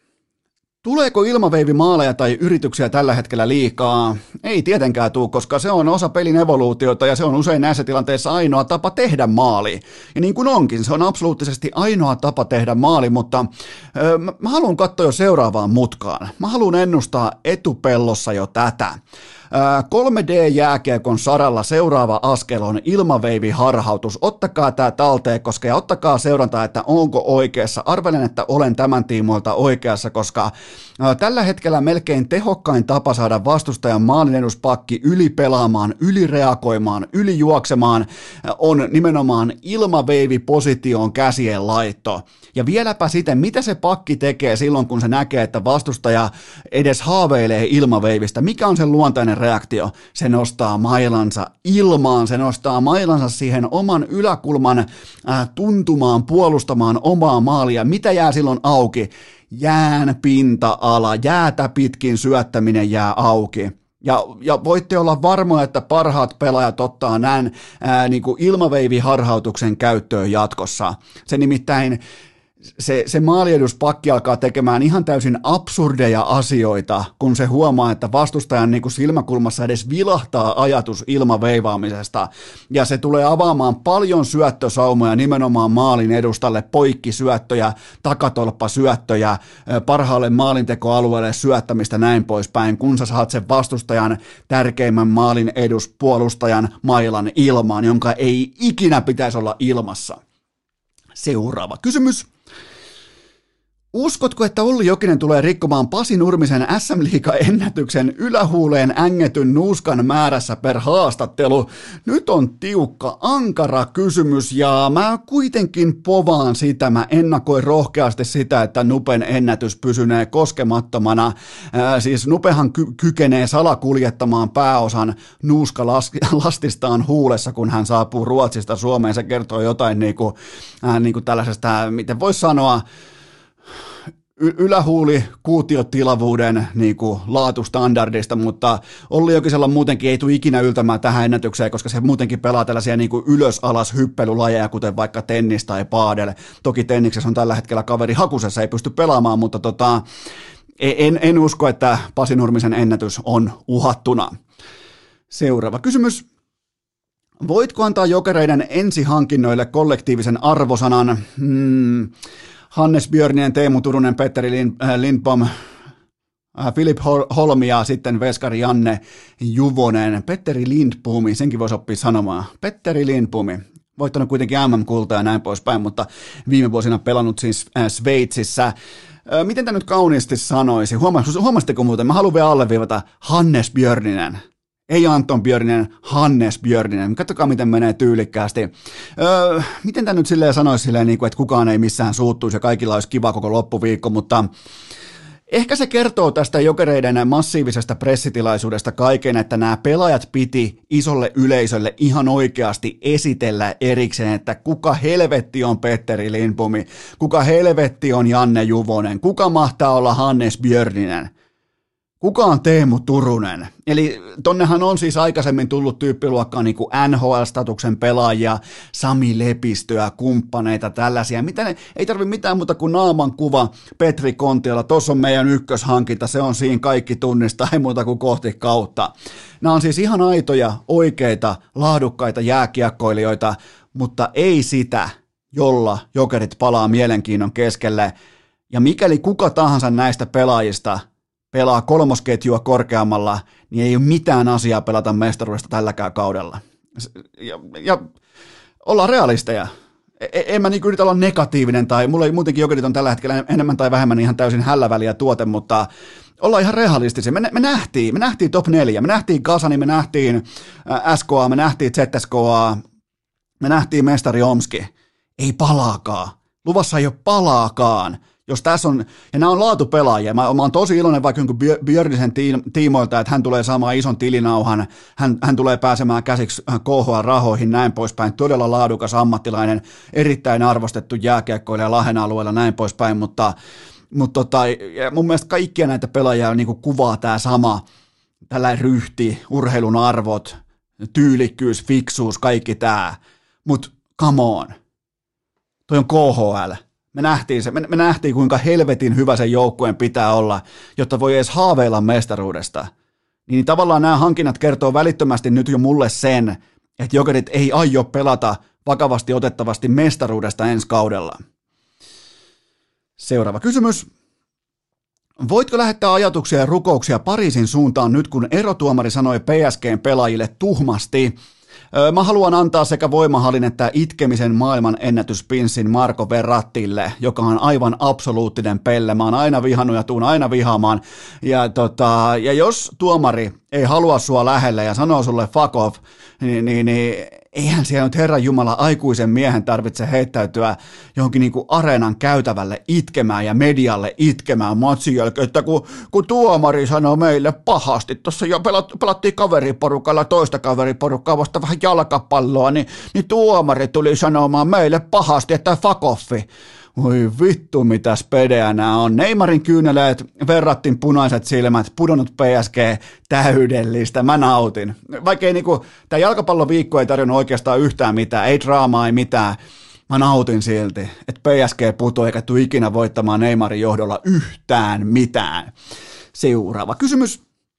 Tuleeko ilmaveivimaaleja tai yrityksiä tällä hetkellä liikaa? Ei tietenkään tule, koska se on osa pelin evoluutiota ja se on usein näissä tilanteissa ainoa tapa tehdä maali. Ja niin kuin onkin, se on absoluuttisesti ainoa tapa tehdä maali, mutta ö, mä, mä haluan katsoa jo seuraavaan mutkaan. Mä haluan ennustaa etupellossa jo tätä. kolme D-jääkiekon saralla seuraava askel on ilmaveiviharhautus. Ottakaa tämä talteen, koska ja ottakaa seurantaa, että onko oikeassa. Arvelen, että olen tämän tiimoilta oikeassa, koska tällä hetkellä melkein tehokkain tapa saada vastustajan maalineduspakki ylipelaamaan, ylireagoimaan, ylijuoksemaan on nimenomaan ilmaveiviposition käsien laitto. Ja vieläpä sitten, mitä se pakki tekee silloin, kun se näkee, että vastustaja edes haaveilee ilmaveivistä. Mikä on sen luontainen reaktio? Se nostaa mailansa ilmaan, se nostaa mailansa siihen oman yläkulman äh, tuntumaan, puolustamaan omaa maalia. Mitä jää silloin auki? Jään pinta-ala, jäätä pitkin syöttäminen jää auki. Ja, ja voitte olla varmoja, että parhaat pelaajat ottaa näin ää, niin kuin ilmaveiviharhautuksen käyttöön jatkossa. Se nimittäin se, se maalieduspakki alkaa tekemään ihan täysin absurdeja asioita, kun se huomaa, että vastustajan niin kuin silmäkulmassa edes vilahtaa ajatus ilmaveivaamisesta. Ja se tulee avaamaan paljon syöttösaumoja nimenomaan maalin edustalle, poikkisyöttöjä, takatolppasyöttöjä, parhaalle maalintekoalueelle syöttämistä näin poispäin, kun sä saat sen vastustajan tärkeimmän maalin eduspuolustajan mailan ilmaan, jonka ei ikinä pitäisi olla ilmassa. Seuraava kysymys. Uskotko, että Olli Jokinen tulee rikkomaan Pasi Nurmisen S M-liiga-ennätyksen ylähuuleen ängetyn nuuskan määrässä per haastattelu? Nyt on tiukka, ankara kysymys ja mä kuitenkin povaan sitä. Mä ennakoin rohkeasti sitä, että Nupen ennätys pysynee koskemattomana. Ää, siis Nupehan ky- kykenee salakuljettamaan pääosan nuuskalastistaan huulessa, kun hän saapuu Ruotsista Suomeen. Se kertoo jotain niin kuin, ää, niin kuin tällaisesta, miten voisi sanoa, y- ylähuuli kuutiotilavuuden niin kuin laatustandardista, mutta Olli Jokisella muutenkin ei tule ikinä yltämään tähän ennätykseen, koska se muutenkin pelaa tällaisia niin kuin ylös-alas hyppelylajeja, kuten vaikka tennis tai paadel. Toki tenniksessä on tällä hetkellä kaveri hakusessa, ei pysty pelaamaan, mutta tota, en, en usko, että Pasi Nurmisen ennätys on uhattuna. Seuraava kysymys. Voitko antaa Jokereiden ensihankinnoille kollektiivisen arvosanan? Hmm. Hannes Björninen, Teemu Turunen, Petteri Lind, äh, Lindbom, äh, Filip Holmi ja sitten veskari Janne Juvonen. Petteri Lindbom, senkin voisi oppia sanomaan. Petteri Lindbom, voittanut kuitenkin M M-kultaa ja näin poispäin, mutta viime vuosina pelannut siis äh, Sveitsissä. Äh, miten tämä nyt kauniisti sanoisi? Huomas, huomasitteko muuten? Mä haluan vielä alleviivata Hannes Björninen. Ei Anton Björninen, Hannes Björninen. Katsokaa, miten menee tyylikkäästi. Öö, miten tämä nyt silleen sanoisi silleen, niin kuin, että kukaan ei missään suuttuisi ja kaikilla olisi kiva koko loppuviikko, mutta ehkä se kertoo tästä Jokereiden massiivisesta pressitilaisuudesta kaiken, että nämä pelaajat piti isolle yleisölle ihan oikeasti esitellä erikseen, että kuka helvetti on Petteri Lindbomi, kuka helvetti on Janne Juvonen, kuka mahtaa olla Hannes Björninen. Kuka on Teemu Turunen? Eli tonnehan on siis aikaisemmin tullut tyyppiluokkaan niin kuin N H L-statuksen pelaajia, Sami Lepistöä, kumppaneita, tällaisia. Mitä ne, ei tarvitse mitään muuta kuin naaman kuva Petri Kontiola. Tuossa on meidän ykköshankinta, se on siinä kaikki tunnistaa, ei muuta kuin kohti kautta. Nämä on siis ihan aitoja, oikeita, laadukkaita jääkiekkoilijoita, mutta ei sitä, jolla Jokerit palaa mielenkiinnon keskelle. Ja mikäli kuka tahansa näistä pelaajista pelaa kolmosketjua korkeammalla, niin ei ole mitään asiaa pelata mestaruudesta tälläkään kaudella. Ja, ja ollaan realisteja. En mä niin yritä olla negatiivinen, tai mulla ei muutenkin Jokerit on tällä hetkellä enemmän tai vähemmän ihan täysin hälläväliä tuote, mutta ollaan ihan realistisia. Me, me nähtiin, me nähtiin top neljä, me nähtiin Kasani, me nähtiin S K A, me nähtiin Z S K A, me nähtiin mestari Omski. Ei palaakaan. Luvassa ei ole palaakaan. Jos tässä on, ja nämä on laatupelaajia, mä, mä oon tosi iloinen vaikka Björnisen tiimoilta, että hän tulee saamaan ison tilinauhan, hän, hän tulee pääsemään käsiksi K H L-rahoihin, näin poispäin, todella laadukas ammattilainen, erittäin arvostettu jääkiekkoilija Lahden alueella, näin poispäin, mutta, mutta tota, mun mielestä kaikkia näitä pelaajia niin kuin kuvaa tämä sama, tällainen ryhti, urheilun arvot, tyylikkyys, fiksuus, kaikki tämä, mutta come on, toi on K H L. Me nähtiin, se, me, me nähtiin, kuinka helvetin hyvä sen joukkueen pitää olla, jotta voi edes haaveilla mestaruudesta. Niin tavallaan nämä hankinnat kertoo välittömästi nyt jo mulle sen, että Jokerit ei aio pelata vakavasti otettavasti mestaruudesta ensi kaudella. Seuraava kysymys. Voitko lähettää ajatuksia ja rukouksia Pariisin suuntaan nyt, kun erotuomari sanoi P S G:n pelaajille tuhmasti? Mä haluan antaa sekä voimahallin että itkemisen maailman ennätyspinssin Marco Verrattille, joka on aivan absoluuttinen pelle. Mä oon aina vihannut ja tuun aina vihaamaan. Ja, tota, ja jos tuomari ei halua sua lähelle ja sanoo sulle fuck off, niin, niin, niin eihän siellä nyt Herran Jumala aikuisen miehen tarvitse heittäytyä johonkin niin kuin areenan käytävälle itkemään ja medialle itkemään matsin jälkeen, että kun, kun tuomari sanoo meille pahasti, tuossa jo pelat, pelattiin kaveriporukalla toista kaveriporukkaa vasta vähän jalkapalloa, niin, niin tuomari tuli sanomaan meille pahasti, että fuck offi. Voi vittu, mitä spedeä nämä on. Neymarin kyyneleet, Verrattin punaiset silmät, pudonnut P S G, täydellistä. Mä nautin. Vaikka ei niinku, tää jalkapalloviikko ei tarjonnut oikeastaan yhtään mitään, ei draamaa, ei mitään. Mä nautin silti, että P S G putoi eikä tule ikinä voittamaan Neymarin johdolla yhtään mitään. Seuraava kysymys.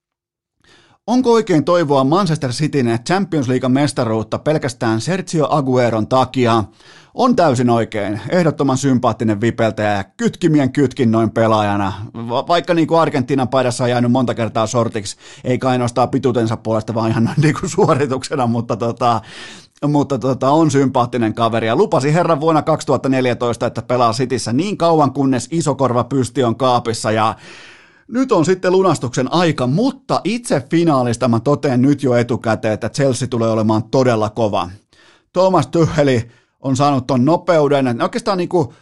Onko oikein toivoa Manchester Cityn Champions League mestaruutta pelkästään Sergio Agueron takia? On täysin oikein. Ehdottoman sympaattinen vipeltäjä ja kytkimien kytkin noin pelaajana. Va- vaikka niin kuin Argentiinan paidassa on jäänyt monta kertaa sortiksi, eikä ainoastaan pituutensa puolesta, vaan ihan niin kuin suorituksena, mutta, tota, mutta tota, on sympaattinen kaveri. Ja lupasi herran vuonna kaksituhattaneljätoista, että pelaa Cityssä niin kauan, kunnes isokorva pysti on kaapissa ja nyt on sitten lunastuksen aika, mutta itse finaalista mä totean nyt jo etukäteen, että Chelsea tulee olemaan todella kova. Thomas Tuchel on saanut ton nopeuden, oikeastaan niin kuin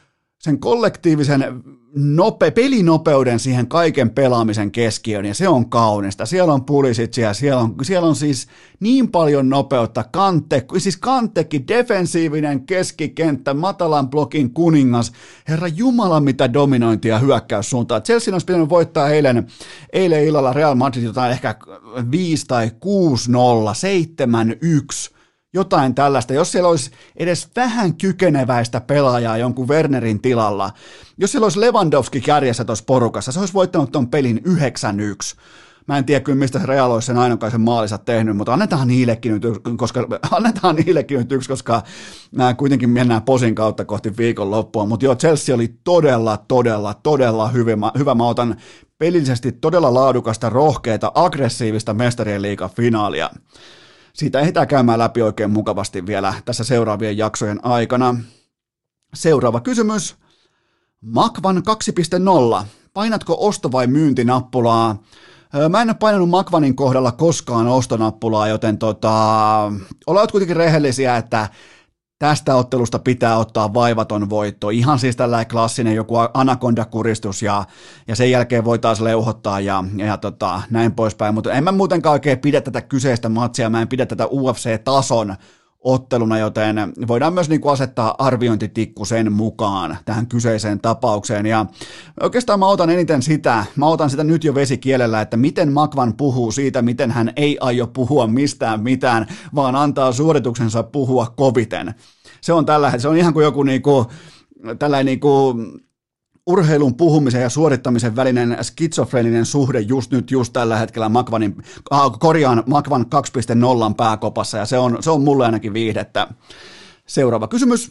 sen kollektiivisen nope, pelinopeuden siihen kaiken pelaamisen keskiöön, ja se on kaunista. Siellä on Pulisicia, siellä on, siellä on siis niin paljon nopeutta. Kante, siis Kantekin, defensiivinen keskikenttä, matalan blokin kuningas. Herra Jumala, mitä dominointia hyökkäyssuuntaan. Chelsea olisi pitänyt voittaa eilen, eilen illalla Real Madrid jotain ehkä viisi tai kuusi nolla, seitsemän yksi. Jotain tällaista, jos siellä olisi edes vähän kykeneväistä pelaajaa jonkun Wernerin tilalla, jos siellä olisi Lewandowski kärjessä tuossa porukassa, se olisi voittanut tuon pelin yhdeksän yksi. Mä en tiedä kyllä, mistä se Real olisi sen ainokaisen maalinsa tehnyt, mutta annetaan niillekin nyt, koska, annetaan niillekin nyt yksi, koska nämä kuitenkin mennään posin kautta kohti viikonloppua. Mutta joo, Chelsea oli todella, todella, todella hyvä. Mä, hyvä. Mä otan pelillisesti todella laadukasta, rohkeata, aggressiivista Mestarien liigan finaalia. Siitä ehditään käymään läpi oikein mukavasti vielä tässä seuraavien jaksojen aikana. Seuraava kysymys. Makvan kaksi piste nolla. Painatko osto- vai myyntinappulaa? Mä en ole painanut Makvanin kohdalla koskaan ostonappulaa, joten tota, ollaan kuitenkin rehellisiä, että tästä ottelusta pitää ottaa vaivaton voitto. Ihan siis tällainen klassinen joku anakondakuristus ja, ja sen jälkeen voitaisiin leuhottaa ja, ja, ja tota, näin poispäin. Mutta en mä muutenkaan oikein pidä tätä kyseistä matsia, mä en pidä tätä U F C-tason otteluna, joten voidaan myös niin kuin asettaa arviointitikku sen mukaan tähän kyseiseen tapaukseen. Ja oikeastaan mä otan eniten sitä, mä otan sitä nyt jo vesikielellä, että miten Makvan puhuu siitä, miten hän ei aio puhua mistään mitään, vaan antaa suorituksensa puhua koviten. Se on tällä, se on ihan kuin joku niinku, tällainen niinku urheilun puhumisen ja suorittamisen välinen skitsofreeninen suhde just nyt, just tällä hetkellä Makvanin, äh, korjaan Makvan kaksi piste nolla pääkopassa, ja se on, se on mulle ainakin viihdettä. Seuraava kysymys.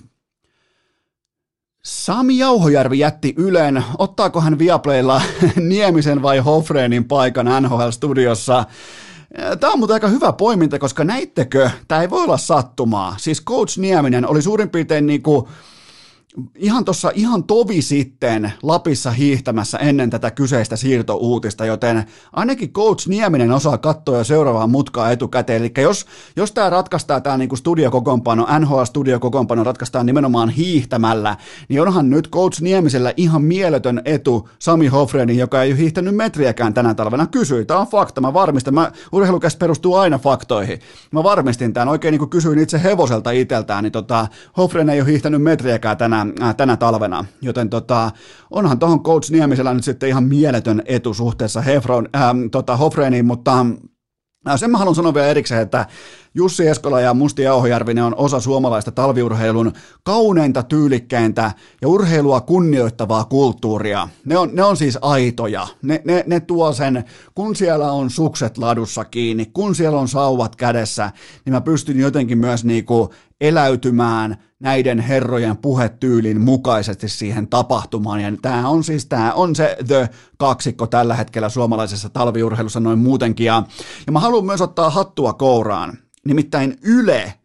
Sami Jauhojärvi jätti Ylen. Ottaako hän Viaplaylla Niemisen vai Hofreenin paikan N H L-studiossa? Tämä on muuten aika hyvä poiminta, koska näittekö, tämä ei voi olla sattumaa. Siis Coach Nieminen oli suurin piirtein niinku ihan tuossa ihan tovi sitten Lapissa hiihtämässä ennen tätä kyseistä siirtouutista, joten ainakin Coach Nieminen osaa katsoa jo seuraavaa mutkaa etukäteen. Eli jos, jos tämä ratkaistaan, tämä niinku studiokokoonpano, N H L-studiokokoonpano ratkaistaan nimenomaan hiihtämällä, niin onhan nyt Coach Niemisellä ihan mieletön etu Sami Hofreenin, joka ei ole hiihtänyt metriäkään tänä talvena, kysyi. Tämä on fakta, mä varmistan. Mä, urheilukäs perustuu aina faktoihin. Mä varmistin tämän, oikein niin kuin kysyin itse hevoselta itseltään, niin tota, Hofreen ei ole hiihtänyt metriäkään tänä tänä talvena, joten tota, onhan tuohon Coach Niemisellä nyt sitten ihan mieletön etu suhteessa Hefron, ähm, tota, Hofreeniin, mutta äh, sen mä haluan sanoa vielä erikseen, että Jussi Eskola ja Musti Jauhojärvi, ne on osa suomalaista talviurheilun kauneinta, tyylikkäintä ja urheilua kunnioittavaa kulttuuria. Ne on, ne on siis aitoja. Ne, ne, ne tuo sen, kun siellä on sukset ladussa kiinni, kun siellä on sauvat kädessä, niin mä pystyn jotenkin myös niinku eläytymään näiden herrojen puhetyylin mukaisesti siihen tapahtumaan. Ja tämä on siis tämä on se the kaksikko tällä hetkellä suomalaisessa talviurheilussa noin muutenkin. Ja, ja mä haluan myös ottaa hattua kouraan. Nimittäin Yle,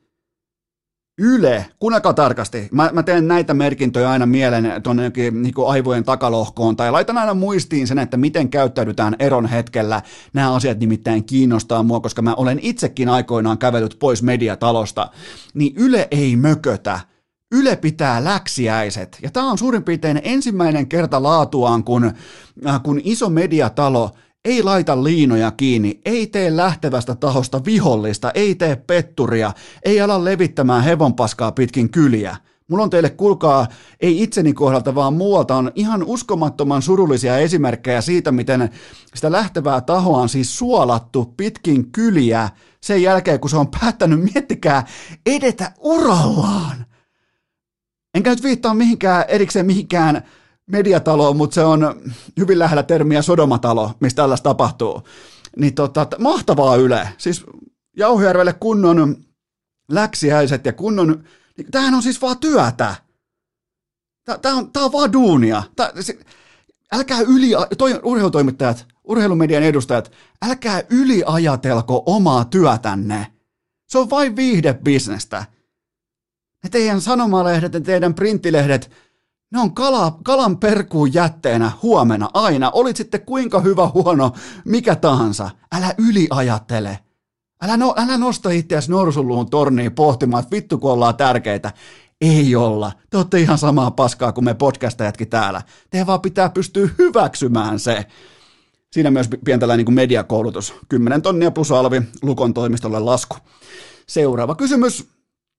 Yle, kuunnelkaa tarkasti, mä, mä teen näitä merkintöjä aina mielen tuonne niin aivojen takalohkoon, tai laitan aina muistiin sen, että miten käyttäydytään eron hetkellä. Nämä asiat nimittäin kiinnostaa mua, koska mä olen itsekin aikoinaan kävellyt pois mediatalosta, niin Yle ei mökötä. Yle pitää läksiäiset, ja tämä on suurin piirtein ensimmäinen kerta laatuaan, kun, äh, kun iso mediatalo ei laita liinoja kiinni, ei tee lähtevästä tahosta vihollista, ei tee petturia, ei ala levittämään hevonpaskaa pitkin kyliä. Mulla on teille, kuulkaa, ei itseni kohdalta, vaan muualta on ihan uskomattoman surullisia esimerkkejä siitä, miten sitä lähtevää tahoa on siis suolattu pitkin kyliä sen jälkeen, kun se on päättänyt, miettikää, edetä urallaan. Enkä nyt viittaa mihinkään erikseen mihinkään mediatalo, mutta se on hyvin lähellä termiä sodomatalo, mistä tällaista tapahtuu. Niin tota, mahtavaa Yle. Siis Jauhojärvelle kunnon läksiäiset ja kunnon, niin tämähän on siis vaan työtä. Tämä on, tää on vaan duunia. Tää, se, älkää yli, toi, urheilutoimittajat, urheilumedian edustajat, älkää yliajatelko omaa työtänne. Se on vain viihdebisnestä. Ne teidän sanomalehdet ja teidän printtilehdet, ne on kala, kalan perkuun jätteenä huomenna aina. Olit sitten kuinka hyvä, huono, mikä tahansa. Älä yliajattele. Älä, no, älä nosta itseäsi norsunluun torniin pohtimaan, että vittu kun ollaan tärkeitä. Ei olla. Te olette ihan samaa paskaa kuin me podcastajatkin täällä. Teidän vaan pitää pystyä hyväksymään se. Siinä myös pientä niin kuin mediakoulutus. kymmenen tonnia plus alvi, Lukon toimistolle lasku. Seuraava kysymys.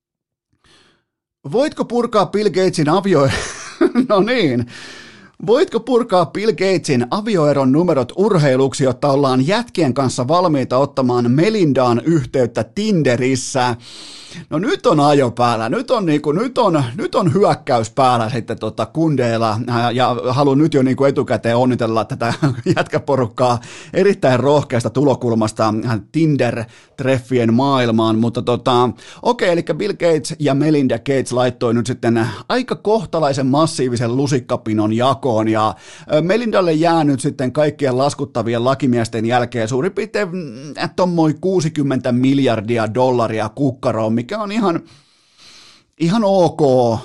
Voitko purkaa Bill Gatesin avio... no niin. Voitko purkaa Bill Gatesin avioeron numerot urheiluksi, jotta ollaan jätkien kanssa valmiita ottamaan Melindaan yhteyttä Tinderissä? No nyt on ajo päällä, nyt on, niinku, nyt on, nyt on hyökkäys päällä sitten tota kundeilla ja haluan nyt jo niinku etukäteen onnitella tätä jätkäporukkaa erittäin rohkeasta tulokulmasta Tinder-treffien maailmaan, mutta tota, okei, eli Bill Gates ja Melinda Gates laittoi nyt sitten aika kohtalaisen massiivisen lusikkapinon jakoon ja Melindalle jää nyt sitten kaikkien laskuttavien lakimiesten jälkeen suurin piirtein tommoi kuusikymmentä miljardia dollaria kukkaroon, mikä on ihan, ihan ok,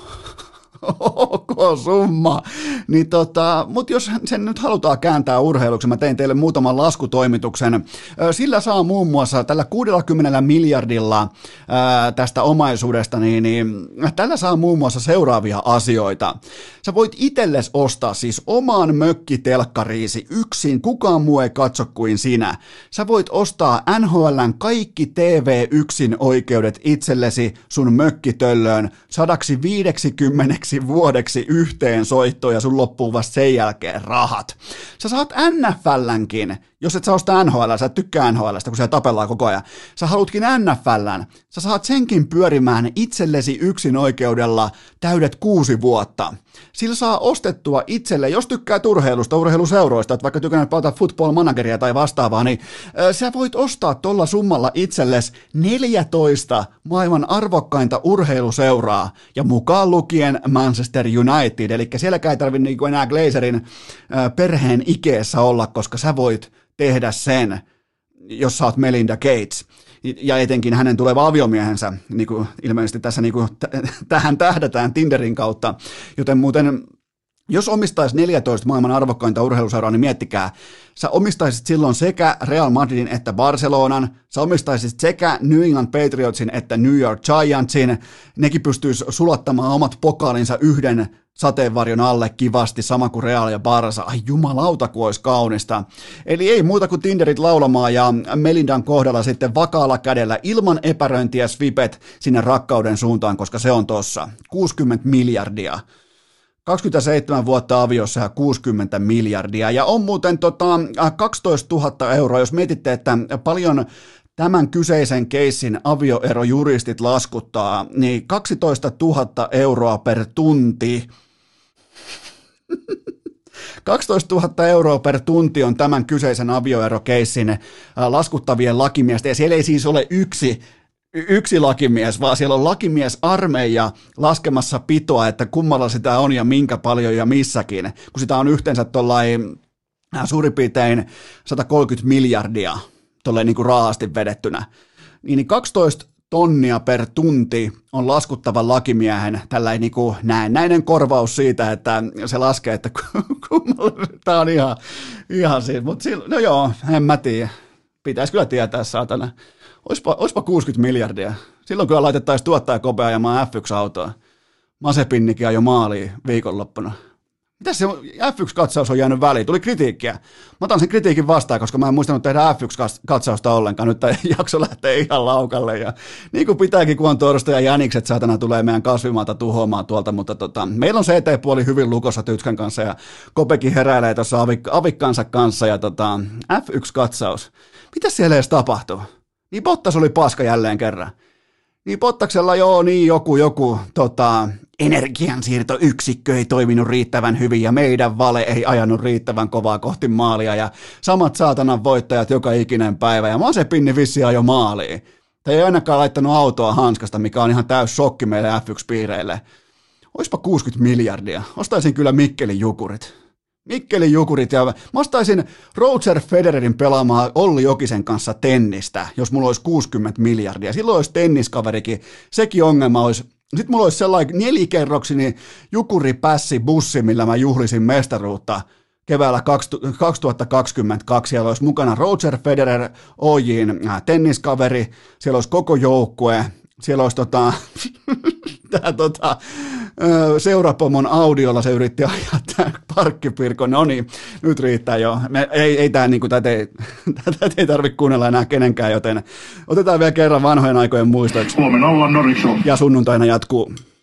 ok summa. Niin tota, mutta jos sen nyt halutaan kääntää urheiluksi, mä tein teille muutaman laskutoimituksen. Sillä saa muun muassa tällä kuudellakymmenellä miljardilla ää, tästä omaisuudesta, niin, niin tällä saa muun muassa seuraavia asioita. Sä voit itsellesi ostaa siis omaan mökkitelkkariisi yksin, kukaan muu ei katso kuin sinä. Sä voit ostaa N H L:n kaikki T V yksin oikeudet itsellesi sun mökkitöllöön sadaksi viideksikymmeneksi vuodeksi yhteen soittoon ja sun loppuu vasta sen jälkeen rahat. Sä saat N F L:nkin, jos et sä osta N H L, sä et tykkää N H L:stä, kun siellä tapellaan koko ajan. Sä halutkin N F L:n, sä saat senkin pyörimään itsellesi yksin oikeudella täydet kuusi vuotta. Sillä saa ostettua itselle, jos tykkää urheilusta, urheiluseuroista, että vaikka tykännyt palata football manageria tai vastaavaa, niin äh, sä voit ostaa tuolla summalla itsellesi neljätoista maailman arvokkainta urheiluseuraa ja mukaan lukien Manchester United, eli sielläkään ei tarvitse niin enää Glazerin äh, perheen ikeessä olla, koska sä voit tehdä sen, jos sä oot Melinda Gates. Ja etenkin hänen tuleva aviomiehensä, niin kuin ilmeisesti tässä niin kuin t- tähän tähdätään Tinderin kautta, joten muuten jos omistaisi neljätoista maailman arvokkainta urheiluseuraa, niin miettikää, sä omistaisit silloin sekä Real Madridin että Barcelonan, sä omistaisit sekä New England Patriotsin että New York Giantsin, nekin pystyisi sulattamaan omat pokaalinsa yhden sateenvarjon alle kivasti, sama kuin Real ja Barça. Ai jumalauta, kun olisi kaunista. Eli ei muuta kuin Tinderit laulamaan ja Melindan kohdalla sitten vakaalla kädellä ilman epäröintiä swipet sinne rakkauden suuntaan, koska se on tossa. kuusikymmentä miljardia. kaksikymmentäseitsemän vuotta aviossa ja kuusikymmentä miljardia. Ja on muuten tota, kaksitoistatuhatta euroa, jos mietitte, että paljon tämän kyseisen keissin avioerojuristit laskuttaa, niin kaksitoistatuhatta euroa per tunti. kaksitoistatuhatta euroa per tunti on tämän kyseisen avioerokeissin laskuttavien lakimiesten, ja siellä ei siis ole yksi, yksi lakimies, vaan siellä on lakimiesarmeija laskemassa pitoa, että kummalla sitä on ja minkä paljon ja missäkin, kun sitä on yhteensä tuollain suurin piirtein sata kolmekymmentä miljardia tolleen niin kuin raasti vedettynä, niin kaksitoista tonnia per tunti on laskuttavan lakimiehen tällainen niin kuin näennäinen korvaus siitä, että se laskee, että kummalla tämä on ihan, ihan siinä, mutta no joo, en mä tiedä, pitäisi kyllä tietää saatana, olisipa, olisipa kuusikymmentä miljardia, silloin kyllä laitettaisiin tuottajakopea ajamaan F yksi -autoa, Masepinnikin jo maaliin viikonloppuna. Mitäs se F yksi -katsaus on jäänyt väliin? Tuli kritiikkiä. Mä otan sen kritiikin vastaan, koska mä en muistanut tehdä F yksi -katsausta ollenkaan. Nyt tämä jakso lähtee ihan laukalle. Ja niin kuin pitääkin, kun on torsta ja jänikset saatana tulee meidän kasvimaata tuhoamaan tuolta. Mutta tota, meillä on C T-puoli hyvin lukossa Tytskän kanssa ja Kopekin heräilee tuossa avik- avikkansa kanssa. Ja tota, F yksi -katsaus. Mitäs siellä edes tapahtuu? Niin Bottas oli paska jälleen kerran. Niin Bottaksella joo, niin joku, joku tota, energiansiirtoyksikkö ei toiminut riittävän hyvin ja meidän vale ei ajanut riittävän kovaa kohti maalia ja samat saatanan voittajat joka ikinen päivä ja Masepinni vissi ajoi maaliin. Tai ei ainakaan laittanut autoa hanskasta, mikä on ihan täys shokki meille F yksi -piireille. Oispa kuusikymmentä miljardia. Ostaisin kyllä Mikkelin jukurit. Mikkelin jukurit ja mä ostaisin Roger Federerin pelaamaan Olli Jokisen kanssa tennistä, jos mulla olisi kuusikymmentä miljardia. Silloin olisi tenniskaverikin. Sekin ongelma olisi. Sitten mulla olisi sellainen nelikerroksinen jukuripässi bussi, millä mä juhlisin mestaruutta keväällä kaksituhattakaksikymmentäkaksi. Siellä olisi mukana Roger Federer, O J:n tenniskaveri, siellä olisi koko joukkue, siellä olisi tota, tää tota, seurapomon audiolla se yritti ajaa tämä parkkipirko. No niin, nyt riittää jo. Me, ei, ei tämä niinku, tätä ei, tätä ei tarvitse kuunnella enää kenenkään, joten otetaan vielä kerran vanhojen aikojen muistoiksi. Huomenna ollaan Nordic Show. Ja sunnuntaina jatkuu.